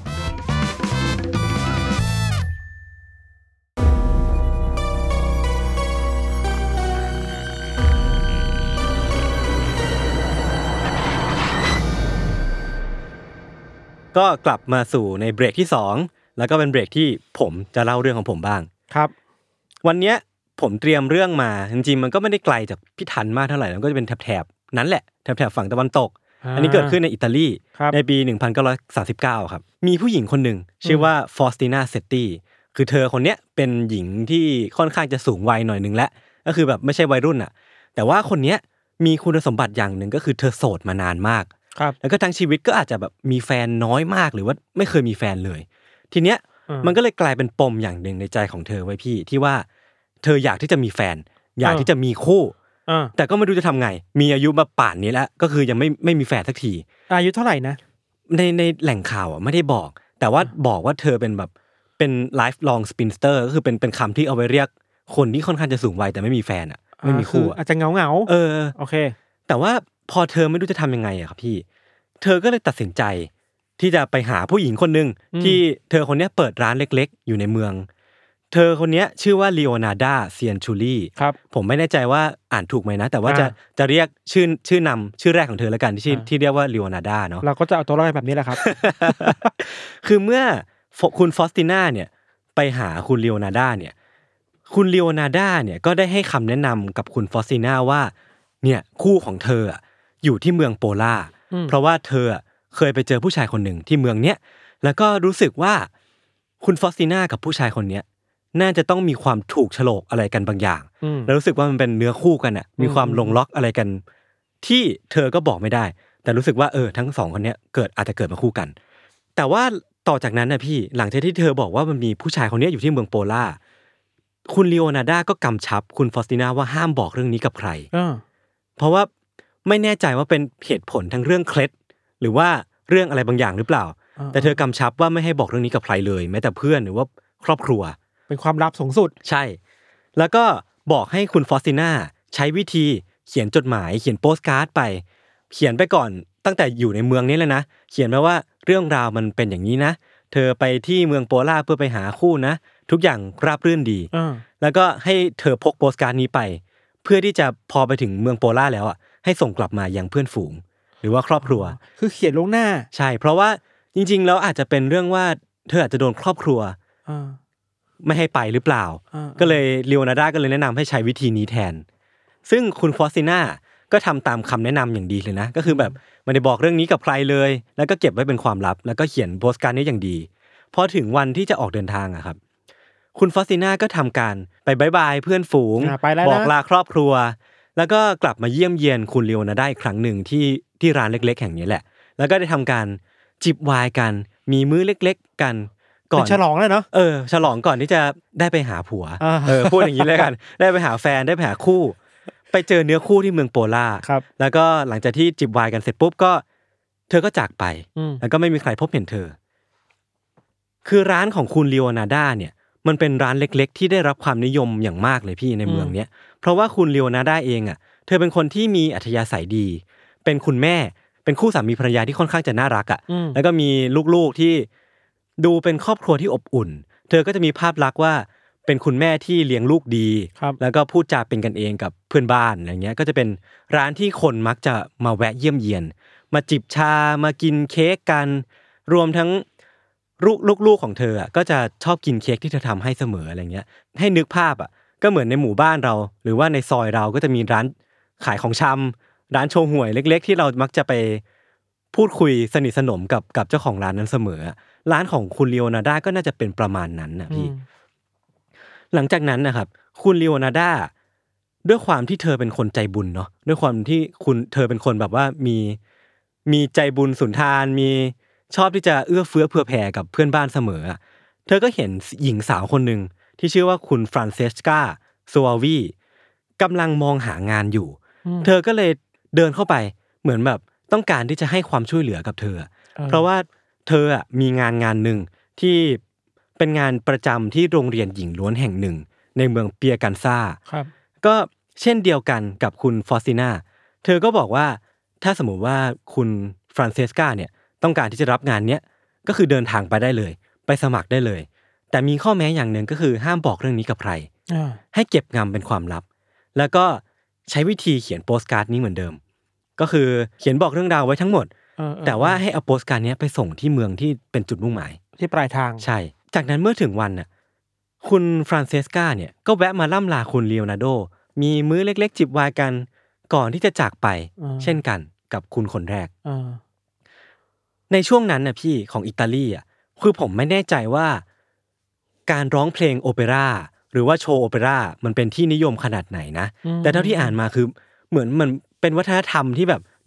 ก็กลับมาสู่ในเบรกที่2แล้วก็เป็นเบรกที่ผมจะเล่าเรื่องของผมบ้างครับวันนี้ผมเตรียมเรื่องมาจริงๆมันก็ไม่ได้ไกลจากพี่ทันมากเท่าไหร่มันก็จะเป็นแถบๆนั้นแหละแถบๆฝั่งตะวันตกอันนี้เกิดขึ้นในอิตาลีในปี1939ครับมีผู้หญิงคนหนึ่งชื่อว่าฟอสตินาเซตตี้คือเธอคนเนี้ยเป็นหญิงที่ค่อนข้างจะสูงวัยหน่อยนึงแล้วก็คือแบบไม่ใช่วัยรุ่นอ่ะแต่ว่าคนเนี้ยมีคุณสมบัติอย่างนึงก็คือเธอโสดมานานมากแล้วก็ทั้งชีวิตก็อาจจะแบบมีแฟนน้อยมากหรือว่าไม่เคยมีแฟนเลยทีเนี้ยมันก็เลยกลายเป็นปมอย่างหนึ่งในใจของเธอไว้พี่ที่ว่าเธออยากที่จะมีแฟนอยากที่จะมีคู่แต่ก็ไม่รู้จะทำไงมีอายุมาป่านนี้แล้วก็คือยังไม่มีแฟนสักทีอายุเท่าไหร่นะในแหล่งข่าวอ่ะไม่ได้บอกแต่ว่าบอกว่าเธอเป็นแบบเป็น lifelong spinster ก็คือเป็นคำที่เอาไว้เรียกคนที่ค่อนข้างจะสูงวัยแต่ไม่มีแฟนอ่ะไม่มีคู่อาจจะเงาโอเคแต่ว่าพอเธอไม่รู้จะทำยังไงอะครับพี่เธอก็เลยตัดสินใจที่จะไปหาผู้หญิงคนนึงที่เธอคนนี้เปิดร้านเล็กๆอยู่ในเมืองเธอคนนี้ชื่อว่าลีโอนาร์ดาเซียนชูลี่ผมไม่แน่ใจว่าอ่านถูกไหมนะแต่ว่าจะเรียกชื่อนำชื่อแรกของเธอแล้วกันที่เรียกว่าลีโอนาร์ดาเนาะเราก็จะเอาตัวรอดแบบนี้แหละครับคือเมื่อคุณฟอสติน่าเนี่ยไปหาคุณลีโอนาร์ดาเนี่ยคุณลีโอนาร์ดาเนี่ยก็ได้ให้คำแนะนำกับคุณฟอสติน่าว่าเนี่ยคู่ของเธออยู่ที่เมืองโปล่าเพราะว่าเธอเคยไปเจอผู้ชายคนหนึ่งที่เมืองเนี้ยแล้วก็รู้สึกว่าคุณฟอสติน่ากับผู้ชายคนเนี้ยน่าจะต้องมีความถูกโฉลกอะไรกันบางอย่างแล้วรู้สึกว่ามันเป็นเนื้อคู่กันอ่ะมีความลงล็อกอะไรกันที่เธอก็บอกไม่ได้แต่รู้สึกว่าทั้งสองคนเนี้ยอาจจะเกิดมาคู่กันแต่ว่าต่อจากนั้นนะพี่หลังจากที่เธอบอกว่ามันมีผู้ชายคนนี้อยู่ที่เมืองโปล่าคุณลีโอนาร์ดาก็กำชับคุณฟอสติน่าว่าห้ามบอกเรื่องนี้กับใครเพราะว่าไม่แน่ใจว่าเป็นเหตุผลทั้งเรื่องเคล็ดหรือว่าเรื่องอะไรบางอย่างหรือเปล่าแต่เธอกำชับว่าไม่ให้บอกเรื่องนี้กับใครเลยแม้แต่เพื่อนหรือว่าครอบครัวเป็นความลับสูงสุดใช่แล้วก็บอกให้คุณฟอสติน่าใช้วิธีเขียนจดหมายเขียนโปสการ์ดไปเขียนไปก่อนตั้งแต่อยู่ในเมืองนี้เลยนะเขียนไว้ว่าเรื่องราวมันเป็นอย่างนี้นะเธอไปที่เมืองโปล่าเพื่อไปหาคู่นะทุกอย่างราบรื่นดีแล้วก็ให้เธอพกโปสการ์ดนี้ไปเพื่อที่จะพอไปถึงเมืองโปล่าแล้วให้ส่งกลับมายังเพื่อนฝูงหรือว่าครอบครัวคือเขียนลงหน้าใช่เพราะว่าจริงๆแล้วอาจจะเป็นเรื่องว่าเธออาจจะโดนครอบครัวไม่ให้ไปหรือเปล่าก็เลยลีโอนาร์ดาก็เลยแนะนำให้ใช้วิธีนี้แทนซึ่งคุณฟอสติน่าก็ทำตามคำแนะนำอย่างดีเลยนะก็คือแบบไม่ได้บอกเรื่องนี้กับใครเลยแล้วก็เก็บไว้เป็นความลับแล้วก็เขียนโปสการ์ดนี้อย่างดีพอถึงวันที่จะออกเดินทางครับคุณฟอสติน่าก็ทำการไปบ๊ายบายเพื่อนฝูงบอกลาครอบครัวแล้วก็กลับมาเยี่ยมเยียนคุณลีโอนาร์ดาอีกครั้งหนึ่งที่ร้านเล็กๆแห่งนี้แหละแล้วก็ได้ทำการจิบไวน์กันมีมื้อเล็กๆกันก่อนฉลองเลยเนาะฉลองก่อนที่จะได้ไปหาผัวพูดอย่างนี้เลยกันได้ไปหาแฟนได้ไปหาคู่ไปเจอเนื้อคู่ที่เมืองโปล่าแล้วก็หลังจากที่จิบไวน์กันเสร็จปุ๊บก็เธอก็จากไปแล้วก็ไม่มีใครพบเห็นเธอคือร้านของคุณลีโอนาร์ดาเนี่ยมันเป็นร้านเล็กๆที่ได้รับความนิยมอย่างมากเลยพี่ในเมืองเนี้ยเพราะว่าคุณลีโอนาร์ดาเองเธอเป็นคนที่มีอัธยาศัยดีเป็นคุณแม่เป็นคู่สามีภรรยาที่ค่อนข้างจะน่ารักแล้วก็มีลูกๆที่ดูเป็นครอบครัวที่อบอุ่นเธอก็จะมีภาพลักษณ์ว่าเป็นคุณแม่ที่เลี้ยงลูกดีแล้วก็พูดจาเป็นกันเองกับเพื่อนบ้านอะไรเงี้ยก็จะเป็นร้านที่คนมักจะมาแวะเยี่ยมเยียนมาจิบชามากินเค้กกันรวมทั้งลูกของเธอก็จะชอบกินเค้กที่เธอทำให้เสมออะไรเงี้ยให้นึกภาพก็เหมือนในหมู่บ้านเราหรือว่าในซอยเราก็จะมีร้านขายของชำร้านโชห่วยเล็กๆที่เรามักจะไปพูดคุยสนิทสนมกับเจ้าของร้านนั้นเสมอร้านของคุณลีโอนาร์ดาก็น่าจะเป็นประมาณนั้นนะพี่หลังจากนั้นนะครับคุณลีโอนาร์ดาด้วยความที่เธอเป็นคนใจบุญเนาะด้วยความที่เธอเป็นคนแบบว่ามีใจบุญสุนทานมีชอบที่จะเอื้อเฟื้อเผื่อแผ่กับเพื่อนบ้านเสมอเธอก็เห็นหญิงสาวคนหนึ่งที่ชื่อว่าคุณฟรานเซสกาโซวาวีกำลังมองหางานอยู่เธอก็เลยเดินเข้าไปเหมือนแบบต้องการที่จะให้ความช่วยเหลือกับเธอเพราะว่าเธอมีงานหนึ่งที่เป็นงานประจำที่โรงเรียนหญิงล้วนแห่งหนึ่งในเมืองเปียกันซ่าก็เช่นเดียวกันกับคุณฟอสติน่าเธอก็บอกว่าถ้าสมมุติว่าคุณฟรานเซสกาเนี่ยต้องการที่จะรับงานเนี้ยก็คือเดินทางไปได้เลยไปสมัครได้เลยแต่มีข้อแม้อย่างหนึ่งก็คือห้ามบอกเรื่องนี้กับใครให้เก็บงำเป็นความลับแล้วก็ใช้วิธีเขียนโปสการ์ดนี้เหมือนเดิมก็คือเขียนบอกเรื่องราวไว้ทั้งหมดแต่ว่าให้เอาโปสการ์ดนี้ไปส่งที่เมืองที่เป็นจุดมุ่งหมายที่ปลายทางใช่จากนั้นเมื่อถึงวันคุณฟรานเซสกาเนี่ยก็แวะมาล่ำลาคุณลีโอนาร์โดมีมื้อเล็กๆจิบไวน์กันก่อนที่จะจากไปเช่นกันกับคุณคนแรกในช่วงนั้นพี่ของอิตาลีคือผมไม่แน่ใจว่าการร้องเพลงโอเปร่าหรือว่าโชว์โอเปร่ามันเป็นที่นิยมขนาดไหนนะแต่เท่าที่อ่านมาคือเหมือนมันเป็นวัฒนธรรมที่แบบ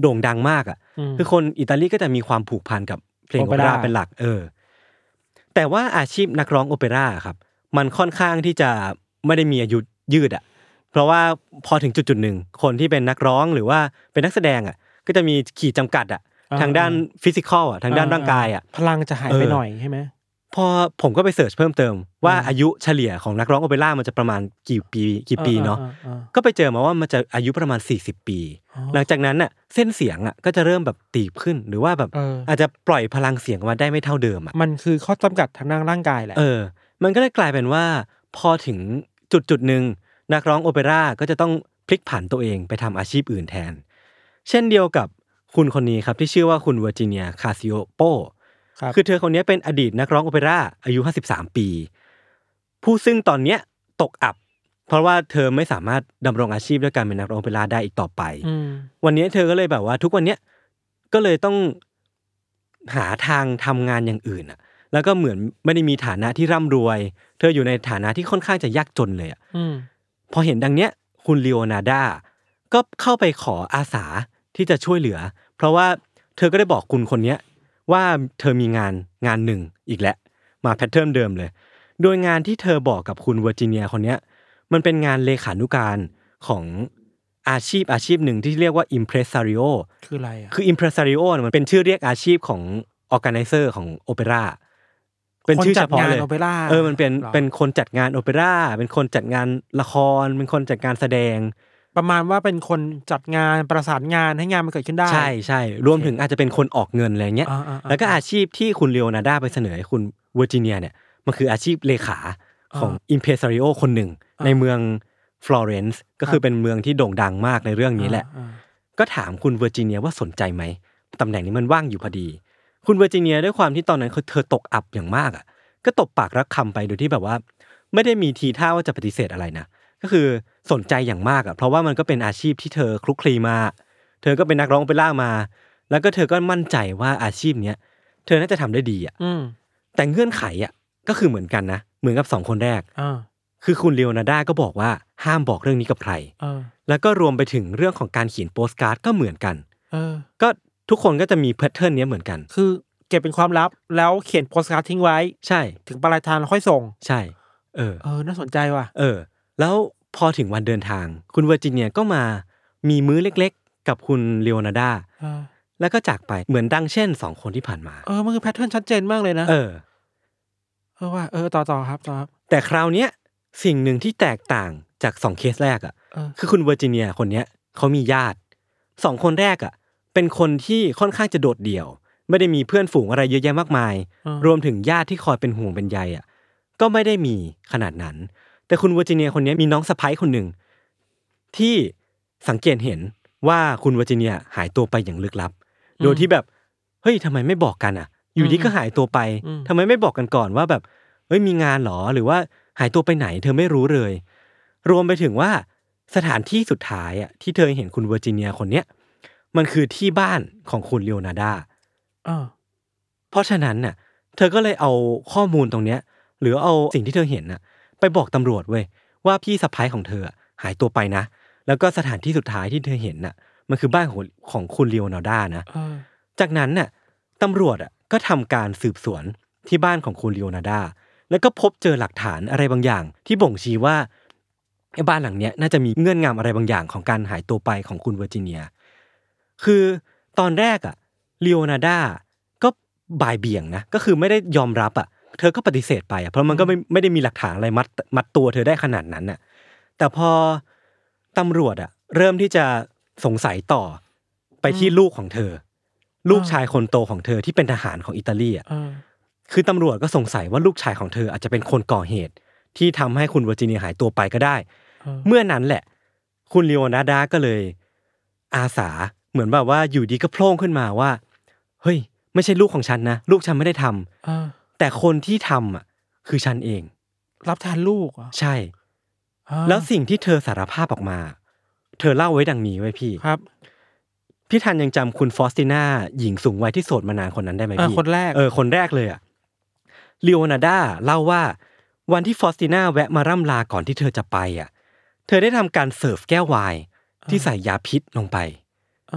โด่งดังมากอ่ะคือคนอิตาลีก็จะมีความผูกพันกับเพลงโอเปร่าเป็นหลักแต่ว่าอาชีพนักร้องโอเปร่าครับมันค่อนข้างที่จะไม่ได้มีอายุยืดอ่ะเพราะว่าพอถึงจุดๆนึงคนที่เป็นนักร้องหรือว่าเป็นนักแสดงอ่ะก็จะมีขีดจำกัดอ่ะทางด้านฟิสิกอลอ่ะทางด้านร่างกายอ่ะพลังจะหายไปหน่อยใช่ไหมพอผมก็ไปเสิร์ชเพิ่มเติมว่าอายุเฉลี่ยของนักร้องโอเปร่ามันจะประมาณกี่ปีเนาะก็ไปเจอมาว่ามันจะอายุประมาณ40ปีหลังจากนั้นน่ะเส้นเสียงอ่ะก็จะเริ่มแบบตีบขึ้นหรือว่าแบบอาจจะปล่อยพลังเสียงออกมาได้ไม่เท่าเดิมอ่ะมันคือข้อจำกัดทางด้านร่างกายแหละมันก็เลยกลายเป็นว่าพอถึงจุดนึงนักร้องโอเปร่าก็จะต้องพลิกผันตัวเองไปทำอาชีพอื่นแทนเช่นเดียวกับคุณคนนี้ครับที่ชื่อว่าคุณเวอร์จิเนียคาซิโอโปคือเธอคนนี้เป็นอดีตนักร้องโอเปร่าอายุ53ปีผู้ซึ่งตอนเนี้ยตกอับเพราะว่าเธอไม่สามารถดำรงอาชีพด้วยการเป็นนักร้องโอเปร่าได้อีกต่อไปวันนี้เธอก็เลยแบบว่าทุกวันเนี้ยก็เลยต้องหาทางทำงานอย่างอื่นอ่ะแล้วก็เหมือนไม่ได้มีฐานะที่ร่ำรวยเธออยู่ในฐานะที่ค่อนข้างจะยากจนเลยอ่ะพอเห็นดังเนี้ยคุณลีโอนาร์ดาก็เข้าไปขออาสาที่จะช่วยเหลือเพราะว่าเธอก็ได้บอกคุณคนนี้ว่าเธอมีงานหนึ่งอีกแล้วมาแพทเทิร์นเดิมเลยโดยงานที่เธอบอกกับคุณเวอร์จิเนียคนนี้มันเป็นงานเลขานุการของอาชีพหนึ่งที่เรียกว่า impresario คืออะไรอ่ะคือ impresario มันเป็นชื่อเรียกอาชีพของ organizer ของโอเปร่าเป็นชื่อเฉพาะเลยมันเป็นคนจัดงานโอเปร่าเป็นคนจัดงานละครเป็นคนจัดงานแสดงประมาณว่าเป็นคนจัดงานประสานงานให้งานมันเกิดขึ้นได้ใช่รวมถึงอาจจะเป็นคนออกเงินอะไรเงี้ยแล้วก็อาชีพที่คุณลีโอนาร์ดาไปเสนอให้คุณเวอร์จิเนียเนี่ยมันคืออาชีพเลขาของอิมเพรสาริโอคนหนึ่งในเมืองฟลอเรนซ์ก็คือเป็นเมืองที่โด่งดังมากในเรื่องนี้แหละก็ถามคุณเวอร์จิเนียว่าสนใจไหมตำแหน่งนี้มันว่างอยู่พอดีคุณเวอร์จิเนียด้วยความที่ตอนนั้นเธอตกอับอย่างมากอ่ะก็ตบปากรับคำไปโดยที่แบบว่าไม่ได้มีทีท่าว่าจะปฏิเสธอะไรนะก็คือสนใจอย่างมากอ่ะเพราะว่ามันก็เป็นอาชีพที่เธอคลุกคลีมาเธอก็เป็นนักร้องโอเปร่ามาแล้วก็เธอก็มั่นใจว่าอาชีพเนี้ยเธอน่าจะทำได้ดีอ่ะแต่เงื่อนไขอ่ะก็คือเหมือนกันนะเหมือนกับ2คนแรกคือคุณลีโอนาร์ดาก็บอกว่าห้ามบอกเรื่องนี้กับใครแล้วก็รวมไปถึงเรื่องของการเขียนโปสการ์ดก็เหมือนกันก็ทุกคนก็จะมีแพทเทิร์นนี้เหมือนกันคือเก็บเป็นความลับแล้วเขียนโปสการ์ดทิ้งไว้ใช่ถึงปลายทางแล้วค่อยส่งใช่น่าสนใจว่ะแล้วพอถึงวันเดินทางคุณเวอร์จิเนียก็มามีมื้อเล็กๆกับคุณลีโอนาร์ดาแล้วก็จากไปเหมือนดังเช่น2คนที่ผ่านมามันคือแพทเทิร์นชัดเจนมากเลยนะว่าต่อครับแต่คราวเนี้ยสิ่งหนึ่งที่แตกต่างจาก2เคสแรกอ่ะคือคุณเวอร์จิเนียคนเนี้ยเขามีญาติ2คนแรกอ่ะเป็นคนที่ค่อนข้างจะโดดเดี่ยวไม่ได้มีเพื่อนฝูงอะไรเยอะแยะมากมายรวมถึงญาติที่คอยเป็นห่วงเป็นใยอ่ะก็ไม่ได้มีขนาดนั้นแต่คุณเวอร์จิเนียคนนี้มีน้องสะใภ้คนหนึ่งที่สังเกตเห็นว่าคุณเวอร์จิเนียหายตัวไปอย่างลึกลับโดยที่แบบเฮ้ยทำไมไม่บอกกันอ่ะอยู่ดีก็หายตัวไปทำไมไม่บอกกันก่อนว่าแบบเฮ้ยมีงานหรอหรือว่าหายตัวไปไหนเธอไม่รู้เลยรวมไปถึงว่าสถานที่สุดท้ายอ่ะที่เธอเห็นคุณเวอร์จิเนียคนเนี้ยมันคือที่บ้านของคุณลีโอนาร์ดาเพราะฉะนั้นน่ะเธอก็เลยเอาข้อมูลตรงเนี้ยหรือเอาสิ่งที่เธอเห็นน่ะไปบอกตำรวจเว้ยว่าพี่สะใภ้ของเธอหายตัวไปนะแล้วก็สถานที่สุดท้ายที่เธอเห็นน่ะมันคือบ้านของคุณลีโอนาร์ดานะจากนั้นน่ะตำรวจก็ทำการสืบสวนที่บ้านของคุณลีโอนาร์ดาแล้วก็พบเจอหลักฐานอะไรบางอย่างที่บ่งชี้ว่าไอ้บ้านหลังเนี้ยน่าจะมีเงื่อนงำอะไรบางอย่างของการหายตัวไปของคุณเวอร์จิเนียคือตอนแรกลีโอนาร์ดาก็บ่ายเบี่ยงนะก็คือไม่ได้ยอมรับเธอก็ปฏิเสธไปเพราะมันก็ไม่ได้มีหลักฐานอะไรมัดตัวเธอได้ขนาดนั้นน่ะแต่พอตำรวจเริ่มที่จะสงสัยต่อไปที่ลูกของเธอลูกชายคนโตของเธอที่เป็นทหารของอิตาลีคือตำรวจก็สงสัยว่าลูกชายของเธออาจจะเป็นคนก่อเหตุที่ทำให้คุณเวอร์จิเนียหายตัวไปก็ได้เมื่อนั้นแหละคุณลีโอนาร์ดาก็เลยอาสาเหมือนแบบว่าอยู่ดีก็โผล่ขึ้นมาว่าเฮ้ยไม่ใช่ลูกของฉันนะลูกฉันไม่ได้ทำแต่คนที่ทำคือฉันเองรับแทนลูกใช่แล้วสิ่งที่เธอสารภาพออกมาเธอเล่าไว้ดังนี้ไว้พี่ครับพี่ทันยังจำคุณฟอสติน่าหญิงสูงวัยที่โสดมานานคนนั้นได้ไหมพี่คนแรกคนแรกเลยลีโอนาร์ดาเล่าว่าวันที่ฟอสติน่าแวะมาร่ำลาก่อนที่เธอจะไปเธอได้ทำการเสิร์ฟแก้วไวน์ที่ใส่ยาพิษลงไป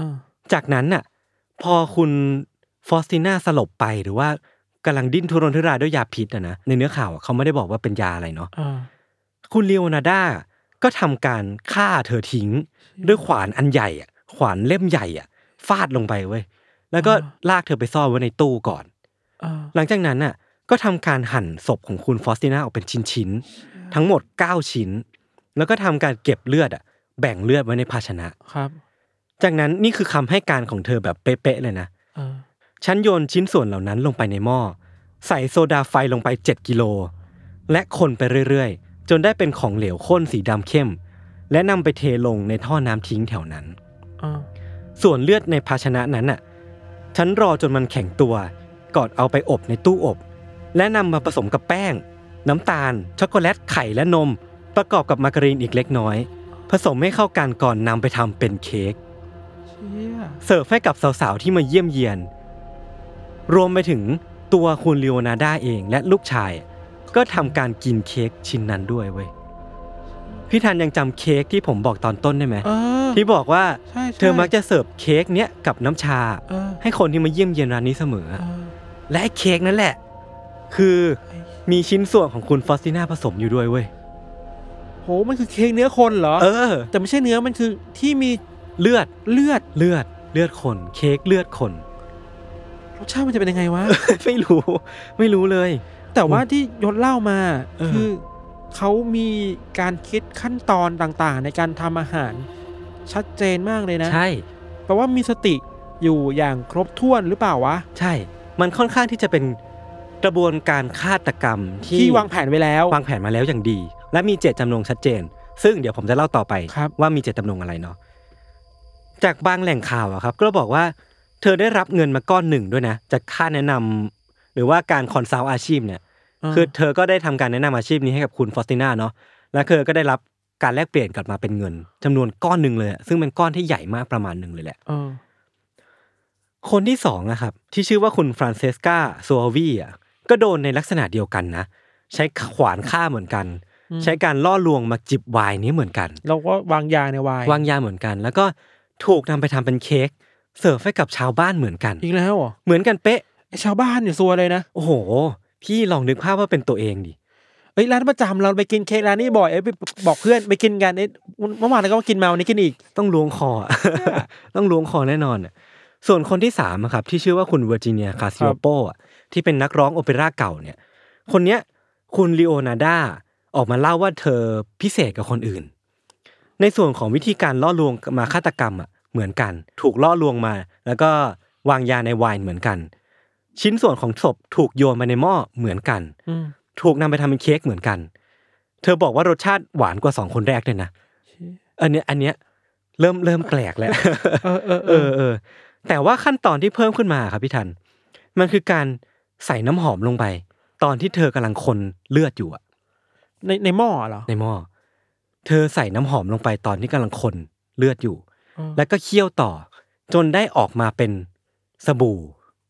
จากนั้นน่ะพอคุณฟอสติน่าสลบไปหรือว่ากำลังดิ้นทุรนทุรายด้วยยาพิษนะในเนื้อข่าวเขาไม่ได้บอกว่าเป็นยาอะไรเนาะคุณเลโอนาร์ดาก็ทำการฆ่าเธอทิ้งด้วยขวานอันใหญ่อ่ะขวานเล่มใหญ่อ่ะฟาดลงไปเว้ยแล้วก็ลากเธอไปซ่อนไว้ในตู้ก่อนหลังจากนั้นน่ะก็ทำการหั่นศพของคุณฟอสติน่าออกเป็นชิ้นๆทั้งหมด9ชิ้นแล้วก็ทำการเก็บเลือดอ่ะแบ่งเลือดไว้ในภาชนะครับจากนั้นนี่คือคำให้การของเธอแบบเป๊ะๆเลยนะฉันโยนชิ้นส่วนเหล่านั้นลงไปในหม้อใส่โซดาไฟลงไป7กิโลและคนไปเรื่อยๆจนได้เป็นของเหลวข้นสีดำเข้มและนำไปเทลงในท่อน้ำทิ้งแถวนั้นส่วนเลือดในภาชนะนั้นน่ะฉันรอจนมันแข็งตัวก่อนเอาไปอบในตู้อบและนำมาผสมกับแป้งน้ำตาลช็อกโกแลตไข่และนมประกอบกับมาการีนอีกเล็กน้อยผสมให้เข้ากันก่อนนำไปทำเป็นเค้กเสิร์ฟให้กับสาวๆที่มาเยี่ยมเยียนรวมไปถึงตัวคุณเลโอนาร์ดาเองและลูกชายก็ทำการกินเค้กชิ้นนั้นด้วยเว้ยพี่ธันยังจำเค้กที่ผมบอกตอนต้นได้ไหมที่บอกว่าเธอมักจะเสิร์ฟเค้กเนี้ยกับน้ำชาให้คนที่มาเยี่ยมเยียนร้านนี้เสมอและเค้กนั่นแหละคือมีชิ้นส่วนของคุณฟอสติน่าผสมอยู่ด้วยเว้ยโหมันคือเค้กเนื้อคนเหรอแต่ไม่ใช่เนื้อมันคือที่มีเลือดคนเค้กเลือดคนรสชาติมันจะเป็นยังไงวะไม่รู้เลยแต่ว่าที่ยศเล่ามาคือเขามีการคิดขั้นตอนต่างๆในการทำอาหารชัดเจนมากเลยนะใช่แปลว่ามีสติอยู่อย่างครบถ้วนหรือเปล่าวะใช่มันค่อนข้างที่จะเป็นกระบวนการฆาตกรรมที่วางแผนไว้แล้ววางแผนมาแล้วอย่างดีและมีเจตจำนงชัดเจนซึ่งเดี๋ยวผมจะเล่าต่อไปว่ามีเจตจำนงอะไรเนาะจากบางแหล่งข่าวครับก็บอกว่าเธอได้รับเงินมาก้อนหนึ่งด้วยนะจากค่าแนะนำหรือว่าการคอนซัลท์อาชีพเนี่ยคือเธอก็ได้ทำการแนะนำอาชีพนี้ให้กับคุณฟอสติน่าเนาะและเธอก็ได้รับการแลกเปลี่ยนกลับมาเป็นเงินจำนวนก้อนหนึ่งเลยซึ่งเป็นก้อนที่ใหญ่มากประมาณหนึ่งเลยแหละคนที่สองนะครับที่ชื่อว่าคุณฟรานเซสกาโซอวีก็โดนในลักษณะเดียวกันนะใช้ขวานฆ่าเหมือนกันใช้การล่อลวงมาจิบไวน์นี้เหมือนกันเราก็วางยาในไวน์วางยาเหมือนกันแล้วก็ถูกนำไปทำเป็นเค้กเสิร์ฟให้กับชาวบ้านเหมือนกันอีกแล้วเหมือนกันเป๊ะชาวบ้านเนี่ยซัวเลยนะโอ้โหพี่ลองนึกภาพว่าเป็นตัวเองดิร้านประจำเราไปกินเค้กร้านนี้บ่อยไปบอกเพื่อนไปกินกันเมื่อวานเราก็มากินมาวันนี้กินอีกต้องล้วงคอ ต้องล้วงคอแน่นอนส่วนคนที่3ครับที่ชื่อว่าคุณเวอร์จิเนียคาซิโอโปที่เป็นนักร้องโอเปร่าเก่าเนี่ยคนเนี้ยคุณลีโอนาร์ดาออกมาเล่าว่าเธอพิเศษกับคนอื่นในส่วนของวิธีการล่อลวงมาฆาตกรรมเหมือนกันถูกล่อลวงมาแล้วก็วางยาในไวน์เหมือนกันชิ้นส่วนของศพถูกโยนมาในหม้อเหมือนกันถูกนำไปทำเป็นเค้กเหมือนกันเธอบอกว่ารสชาติหวานกว่า2คนแรกด้วยนะอันเนี้ยเริ่มแปลกแล้วแต่ว่าขั้นตอนที่เพิ่มขึ้นมาครับพี่ทันมันคือการใส่น้ำหอมลงไปตอนที่เธอกำลังคนเลือดอยู่ในหม้อเหรอในหม้อเธอใส่น้ำหอมลงไปตอนที่กำลังคนเลือดอยู่แล้วก็เคี่ยวต่อจนได้ออกมาเป็นสบู่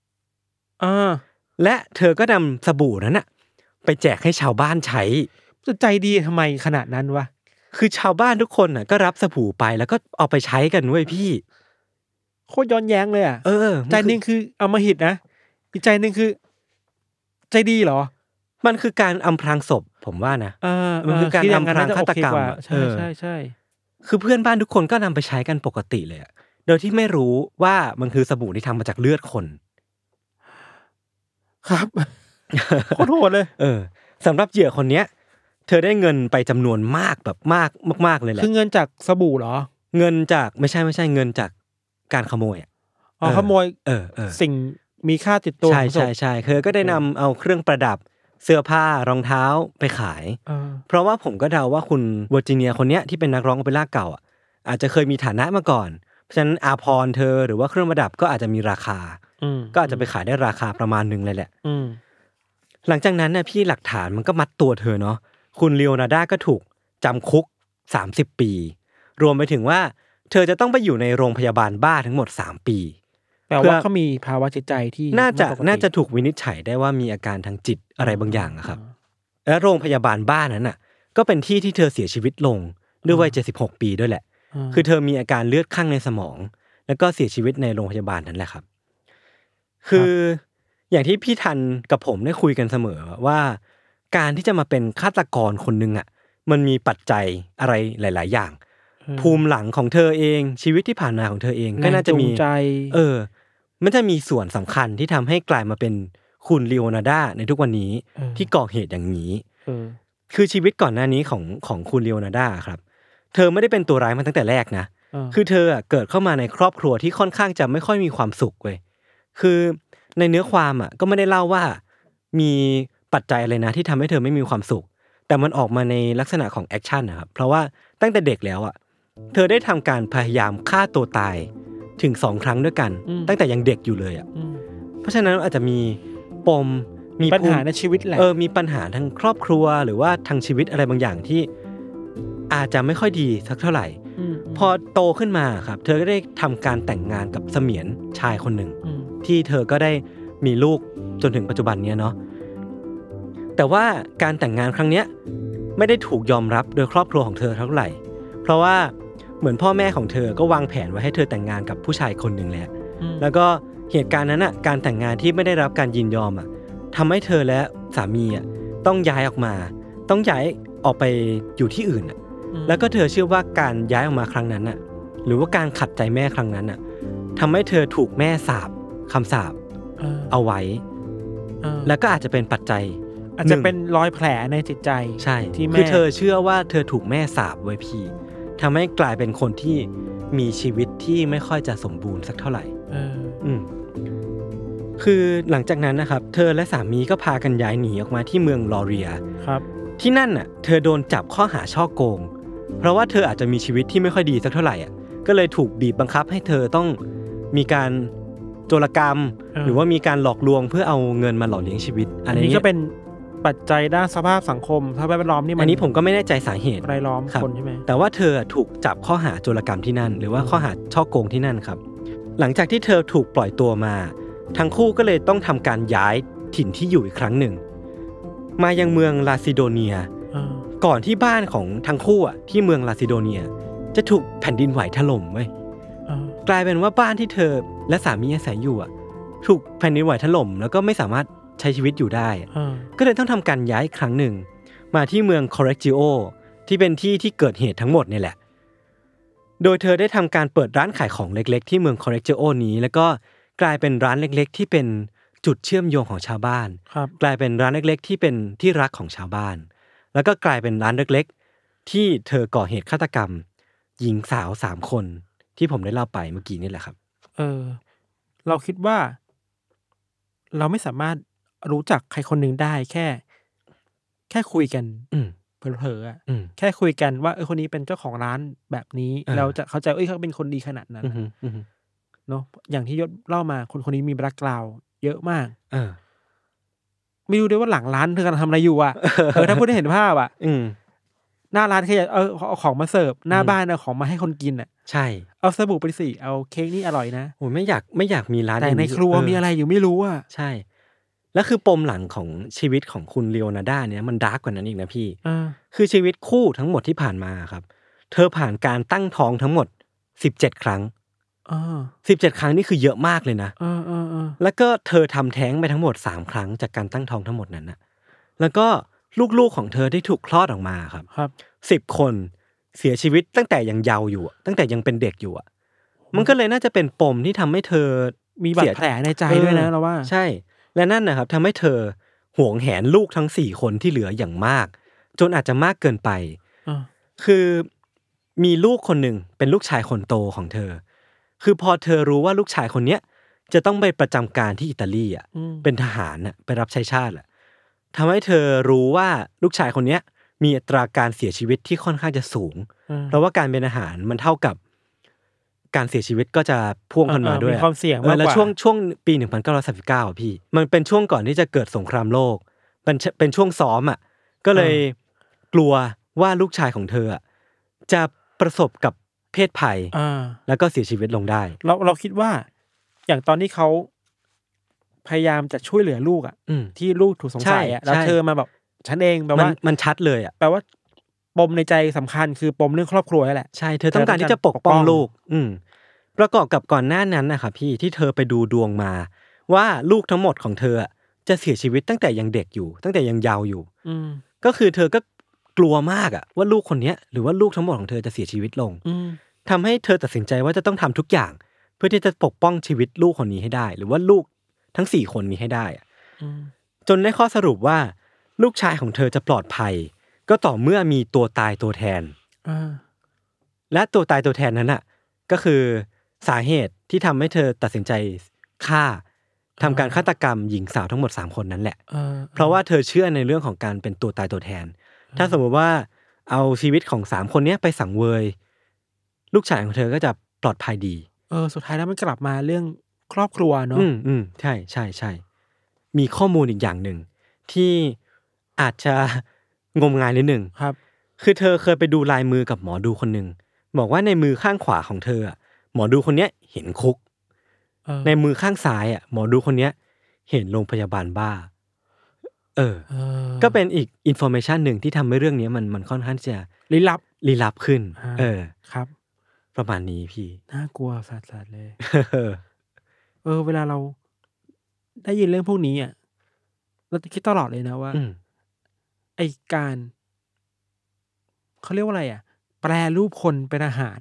และเธอก็นำสบู่นั้นไปแจกให้ชาวบ้านใช้ใจดีทำไมขนาดนั้นวะคือชาวบ้านทุกคนก็รับสบู่ไปแล้วก็เอาไปใช้กันเว้ยพี่โคตรย้อนแย้งเลยใจนึงคือเอามาหิดนะอีกใจนึงคือใจดีเหรอมันคือการอำพรางศพผมว่านะมันคือการอำพรางฆาตกรรมใช่คือเพื่อนบ้านทุกคนก็นำไปใช้กันปกติเลยโดยที่ไม่รู้ว่ามันคือสบู่ที่ทำมาจากเลือดคนครับโคตรโหดเลยสำหรับเหยื่อคนนี้เธอได้เงินไปจำนวนมากแบบมากเลยแหละคือเงินจากสบู่เหรอเงินจากไม่ใช่เงินจากการขโมยขโมยสิ่งมีค่าติดตัวใช่เธอก็ได้นำเอาเครื่องประดับเสื้อผ้ารองเท้าไปขายเพราะว่าผมก็เดาว่าคุณเวอร์จิเนียคนนี้ที่เป็นนักร้องโอเปร่าเก่าอาจจะเคยมีฐานะมาก่อนเพราะฉะนั้นอาภรณ์เธอหรือว่าเครื่องประดับก็อาจจะมีราคาก็อาจจะไปขายได้ราคาประมาณนึงเลยแหละหลังจากนั้นพี่หลักฐานมันก็มัดตัวเธอเนาะคุณลีโอนาร์ดาก็ถูกจำคุก30 ปีรวมไปถึงว่าเธอจะต้องไปอยู่ในโรงพยาบาลบ้าทั้งหมด3 ปีแปลว่าเขามีภาวะจิตใจที่น่าจะถูกวินิจฉัยได้ว่ามีอาการทางจิตอะไรบางอย่างครับและโรงพยาบาลบ้านั้นก็เป็นที่ที่เธอเสียชีวิตลงด้วยวัย76 ปีด้วยแหละคือเธอมีอาการเลือดข้างในสมองแล้วก็เสียชีวิตในโรงพยาบาลนั่นแหละครับคืออย่างที่พี่ทันกับผมได้คุยกันเสมอว่าการที่จะมาเป็นฆาตกรคนนึงอ่ะมันมีปัจจัยอะไรหลายๆอย่างภูมิหลังของเธอเองชีวิตที่ผ่านมาของเธอเองก็น่าจะมีมันจะมีส่วนสำคัญที่ทำให้กลายมาเป็นคุณลีโอนาร์ดาในทุกวันนี้ที่ก่อเหตุอย่างนี้คือชีวิตก่อนหน้านี้ของคุณลีโอนาร์ดาครับเธอไม่ได้เป็นตัวร้ายมาตั้งแต่แรกนะคือเธอเกิดเข้ามาในครอบครัวที่ค่อนข้างจะไม่ค่อยมีความสุขเว้ยคือในเนื้อความก็ไม่ได้เล่าว่ามีปัจจัยอะไรนะที่ทำให้เธอไม่มีความสุขแต่มันออกมาในลักษณะของแอคชั่นนะครับเพราะว่าตั้งแต่เด็กแล้วเธอได้ทำการพยายามฆ่าตัวตายถึง2 ครั้งด้วยกันตั้งแต่ยังเด็กอยู่เลยเพราะฉะนั้นอาจจะมีปมมีปัญหาในชีวิตแหละมีปัญหาทางครอบครัวหรือว่าทางชีวิตอะไรบางอย่างที่อาจจะไม่ค่อยดีสักเท่าไหร่พอโตขึ้นมาครับเธอก็ได้ทำการแต่งงานกับเสมียนชายคนหนึ่งที่เธอก็ได้มีลูกจนถึงปัจจุบันนี้เนาะแต่ว่าการแต่งงานครั้งนี้ไม่ได้ถูกยอมรับโดยครอบครัวของเธอเท่าไหร่เพราะว่าเหมือนพ่อแม่ของเธอก็วางแผนไว้ให้เธอแต่งงานกับผู้ชายคนหนึ่งแล้วก็เหตุการณ์นั้นการแต่งงานที่ไม่ได้รับการยินยอมทำให้เธอและสามีต้องย้ายออกมาต้องย้ายออกไปอยู่ที่อื่นแล้วก็เธอเชื่อว่าการย้ายออกมาครั้งนั้นหรือว่าการขัดใจแม่ครั้งนั้นทำให้เธอถูกแม่สาปคำสาปเอาไว้แล้วก็อาจจะเป็นปัจจัยอาจจะเป็นรอยแผลในจิตใจใช่ที่คือเธอเชื่อว่าเธอถูกแม่สาปไว้พี่ทำให้กลายเป็นคนที่มีชีวิตที่ไม่ค่อยจะสมบูรณ์สักเท่าไหร่คือหลังจากนั้นนะครับเธอและสามีก็พากันย้ายหนีออกมาที่เมืองลอเรียครับที่นั่นเธอโดนจับข้อหาฉ้อโกงเพราะว่าเธออาจจะมีชีวิตที่ไม่ค่อยดีสักเท่าไหร่ก็เลยถูกบีบบังคับให้เธอต้องมีการโจรกรรมหรือว่ามีการหลอกลวงเพื่อเอาเงินมาหล่อเลี้ยงชีวิตอันนี้ก็เป็นปัจจัยด้านสภาพสังคมสภาพแวดล้อมนี่มันอันนี้ผมก็ไม่แน่ใจสาเหตุรายล้อมคนใช่ไหมแต่ว่าเธอถูกจับข้อหาโจรกรรมที่นั่นหรือว่าข้อหาฉ้อโกงที่นั่นครับหลังจากที่เธอถูกปล่อยตัวมาทั้งคู่ก็เลยต้องทำการย้ายถิ่นที่อยู่อีกครั้งหนึ่งมายังเมืองลาซิโดเนียก่อนที่บ้านของทั้งคู่ที่เมืองลาซิโดเนียจะถูกแผ่นดินไหวถล่มเว้ยกลายเป็นว่าบ้านที่เธอและสามีอาศัยอยู่ถูกแผ่นดินไหวถล่มแล้วก็ไม่สามารถใช้ชีวิตอยู่ได้ก็เลยต้องทำการย้ายอีกครั้งหนึ่งมาที่เมืองคอเรจิโอที่เป็นที่ที่เกิดเหตุทั้งหมดนี่แหละโดยเธอได้ทำการเปิดร้านขายของเล็กๆที่เมืองคอเรจิโอนี้แล้วก็กลายเป็นร้านเล็กๆที่เป็นจุดเชื่อมโยงของชาวบ้านกลายเป็นร้านเล็กๆที่เป็นที่รักของชาวบ้านแล้วก็กลายเป็นร้านเล็กๆที่เธอก่อเหตุฆาตกรรมหญิงสาว3 คนที่ผมได้เล่าไปเมื่อกี้นี่แหละครับเราคิดว่าเราไม่สามารถรู้จักใครคนหนึ่งได้แค่คุยกันเผลอๆแค่คุยกันว่าคนนี้เป็นเจ้าของร้านแบบนี้เราจะเข้าใจเขาเป็นคนดีขนาดนั้นเนาะอย่างที่ยศเล่ามาคนนี้มีแบ็คกราวด์เยอะมากไม่รู้ด้วยว่าหลังร้านเธอกำลังทำอะไรอยู่ถ้าพูดได้เห็นภาพหน้าร้านแค่เอาของมาเสิร์ฟหน้าบ้านเอาของมาให้คนกินใช่เอาสบู่ไปสิเอาเค้กนี่อร่อยนะโอ้ยไม่อยากมีร้านแต่ในครัวมีอะไรอยู่ไม่รู้ใช่แล้วคือปมหลังของชีวิตของคุณลีโอนาร์ดาเนี่ยมันดาร์กกว่านั้นอีกนะพี่คือชีวิตคู่ทั้งหมดที่ผ่านมาครับเธอผ่านการตั้งท้องทั้งหมด17 ครั้ง17 ครั้งนี่คือเยอะมากเลยนะแล้วก็เธอทำแท้งไปทั้งหมด3 ครั้งจากการตั้งท้องทั้งหมดนั้นนะแล้วก็ลูกๆของเธอได้ถูกคลอดออกมาครับ10 คนเสียชีวิตตั้งแต่ยังเยาว์อยู่ตั้งแต่ยังเป็นเด็กอยู่มันก็เลยน่าจะเป็นปมที่ทำให้เธอมีบาดแผลในใจด้วยนะเราว่าใช่และนั่นนะครับทำให้เธอหวงแหนลูกทั้ง4 คนที่เหลืออย่างมากจนอาจจะมากเกินไปคือมีลูกคนหนึ่งเป็นลูกชายคนโตของเธอคือพอเธอรู้ว่าลูกชายคนเนี้ยจะต้องไปประจำการที่อิตาลีเป็นทหารไปรับใช้ชาติทำให้เธอรู้ว่าลูกชายคนเนี้ยมีอัตราการเสียชีวิตที่ค่อนข้างจะสูงเพราะว่าการเป็นทหารมันเท่ากับการเสียชีวิตก็จะพ่วงกันมาด้วยมีความเสี่ยงมากกว่าแล้วช่วงปี1939พี่มันเป็นช่วงก่อนที่จะเกิดสงครามโลกมันเป็นช่วงซ้อมก็เลยกลัวว่าลูกชายของเธอจะประสบกับเพศภัยแล้วก็เสียชีวิตลงได้เราคิดว่าอย่างตอนที่เขาพยายามจะช่วยเหลือลูกที่ลูกถูกสงสัยแล้วเธอมาแบบฉันเองแปลว่ามันชัดเลยแปลว่าปมในใจสำคัญคือปมเรื่องครอบครัวนั่นแหละใช่เธอต้องการที่จะปกป้องลูกประกอบกับก่อนหน้านั้นนะครับพี่ที่เธอไปดูดวงมาว่าลูกทั้งหมดของเธอจะเสียชีวิตตั้งแต่ยังเด็กอยู่ตั้งแต่ยังเยาว์อยู่ก็คือเธอก็กลัวมากว่าลูกคนนี้หรือว่าลูกทั้งหมดของเธอจะเสียชีวิตลงทำให้เธอตัดสินใจว่าจะต้องทำทุกอย่างเพื่อที่จะปกป้องชีวิตลูกคนนี้ให้ได้หรือว่าลูกทั้ง4คนนี้ให้ได้จนได้ข้อสรุปว่าลูกชายของเธอจะปลอดภัยก็ต่อเมื่อมีตัวตายตัวแทนและตัวตายตัวแทนนั้นก็คือสาเหตุที่ทำให้เธอตัดสินใจฆ่าทำการฆาตกรรมหญิงสาวทั้งหมด3คนนั้นแหละเพราะว่าเธอเชื่อในเรื่องของการเป็นตัวตายตัวแทนถ้าสมมติว่าเอาชีวิตของ3คนนี้ไปสังเวยลูกชายของเธอก็จะปลอดภัยดีสุดท้ายแล้วมันกลับมาเรื่องครอบครัวเนาะใช่ใช่ใช่มีข้อมูลอีกอย่างหนึ่งที่อาจจะงมงายนิดนึงครับคือเธอเคยไปดูลายมือกับหมอดูคนนึงบอกว่าในมือข้างขวาของเธอหมอดูคนนี้เห็นคุกในมือข้างซ้ายหมอดูคนนี้เห็นโรงพยาบาลบ้าก็เป็นอีกอินโฟเมชันหนึ่งที่ทำให้เรื่องนี้มันค่อนข้างจะลี้ลับขึ้นครับประมาณนี้พี่น่ากลัวสัสๆเลยเวลาเราได้ยินเรื่องพวกนี้เราจะคิดตลอดเลยนะว่าไอการเขาเรียกว่าอะไรแปรรูปคนเป็นอาหาร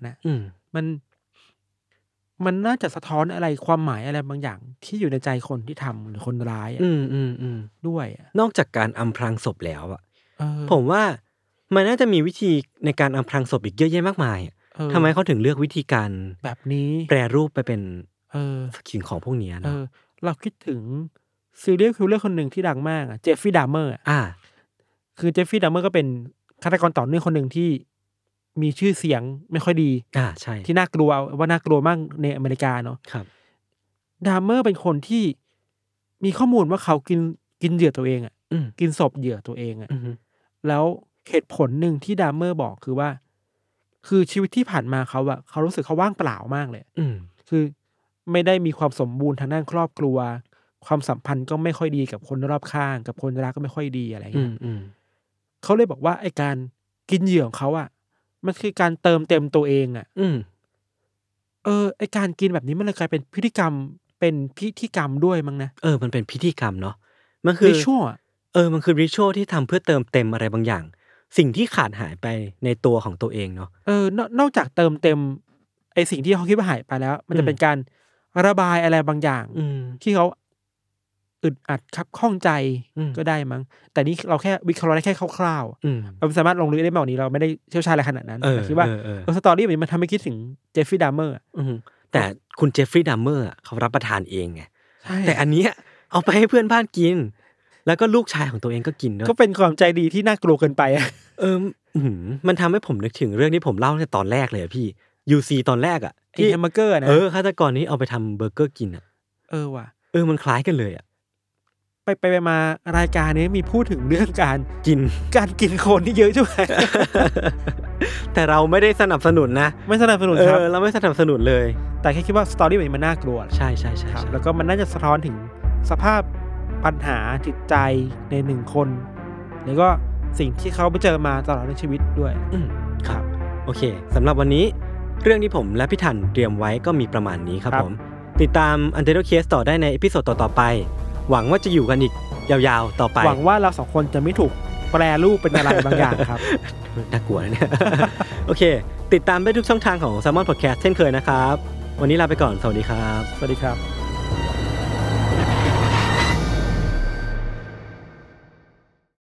มันน่าจะสะท้อนอะไรความหมายอะไรบางอย่างที่อยู่ในใจคนที่ทำหรือคนร้ายด้วยนอกจากการอำพรางศพแล้วผมว่ามันน่าจะมีวิธีในการอำพรางศพอีกเยอะแยะมากมายทำไมเขาถึงเลือกวิธีการแบบนี้แปรรูปไปเป็นสิ่งของพวกนี้นะเราคิดถึงซีเรียลคิลเลอร์คนหนึ่งที่ดังมากเจฟฟรีย์ดัมเมอร์คือเจฟฟรีย์ดัมเมอร์ก็เป็นฆาตกรต่อเนื่องคนหนึ่งที่มีชื่อเสียงไม่ค่อยดีใช่ที่น่ากลัวว่าน่ากลัวมากในอเมริกาเนาะครับดัมเมอร์เป็นคนที่มีข้อมูลว่าเขากินเหยื่อตัวเองกินศพเหยื่อตัวเองแล้วเหตุผลหนึ่งที่ดัมเมอร์บอกคือว่าคือชีวิตที่ผ่านมาเขารู้สึกเขาว่างเปล่ามากเลยคือไม่ได้มีความสมบูรณ์ทางด้านครอบครัวความสัมพันธ์ก็ไม่ค่อยดีกับคนรอบข้างกับคนรักก็ไม่ค่อยดีอะไรอย่างเงี้ยเขาเลยบอกว่าไอ้การกินเหยื่อของเขามันคือการเติมเต็มตัวเองไอ้การกินแบบนี้มันเลยกลายเป็นพิธีกรรมด้วยมั้งนะมันเป็นพิธีกรรมเนาะมันคือริชวลมันคือริชวลที่ทำเพื่อเติมเต็มอะไรบางอย่างสิ่งที่ขาดหายไปในตัวของตัวเองเนาะนอกจากเติมเต็มไอ้สิ่งที่เขาคิดว่าหายไปแล้วมันจะเป็นการระบายอะไรบางอย่างที่เขาอึดอัดคับข้องใจก็ได้มั้งแต่นี่เราแค่วิเคราะห์ได้แค่คร่าวๆเราสามารถลงลึกได้มากกว่านี้เราไม่ได้เชี่ยวชาญอะไรขนาดนั้นแต่คิดว่าสตอรี่แบบนี้มันทำให้คิดถึงเจฟฟรีย์ดัมเมอร์แต่คุณเจฟฟรีย์ดัมเมอร์เขารับประทานเองไงแต่อันนี้เอาไปให้เพื่อนบ้านกินแล้วก็ลูกชายของตัวเองก็กินด้วยก็เป็นความใจดีที่น่ากลัวเกินไปมันทำให้ผมนึกถึงเรื่องที่ผมเล่าในตอนแรกเลยพี่UC ตอนแรกที่แฮมเบอร์เกอร์นะฆาตกรนี้เอาไปทำเบอร์เกอร์กินว่ะมันคล้ายกันเลยไปมารายการนี้มีพูดถึงเรื่องการกินคนที่เยอะใช่ไหมแต่เราไม่ได้สนับสนุนนะไม่สนับสนุนครับเราไม่สนับสนุนเลยแต่แค่คิดว่าสตอรี่แบบนี้มันน่ากลัวใช่ใช่ใช่แล้วก็มันน่าจะสะท้อนถึงสภาพปัญหาจิตใจใน1คนแล้วก็สิ่งที่เขาไปเจอมาตลอดในชีวิตด้วยครับโอเคสำหรับวันนี้เรื่องที่ผมและพี่ทันเตรียมไว้ก็มีประมาณนี้ครับผมติดตาม Untitled Case ต่อได้ในเอพิโซดต่อๆไปหวังว่าจะอยู่กันอีกยาวๆต่อไปหวังว่าเรา2คนจะไม่ถูกแปรรูปเป็นอะไรบางอย่างครับน่ากลัวนะเนี่ยโอเคติดตามได้ทุกช่องทางของ Salmon Podcast เช่นเคยนะครับวันนี้ลาไปก่อนสวัสดีครับสวัสดีครับ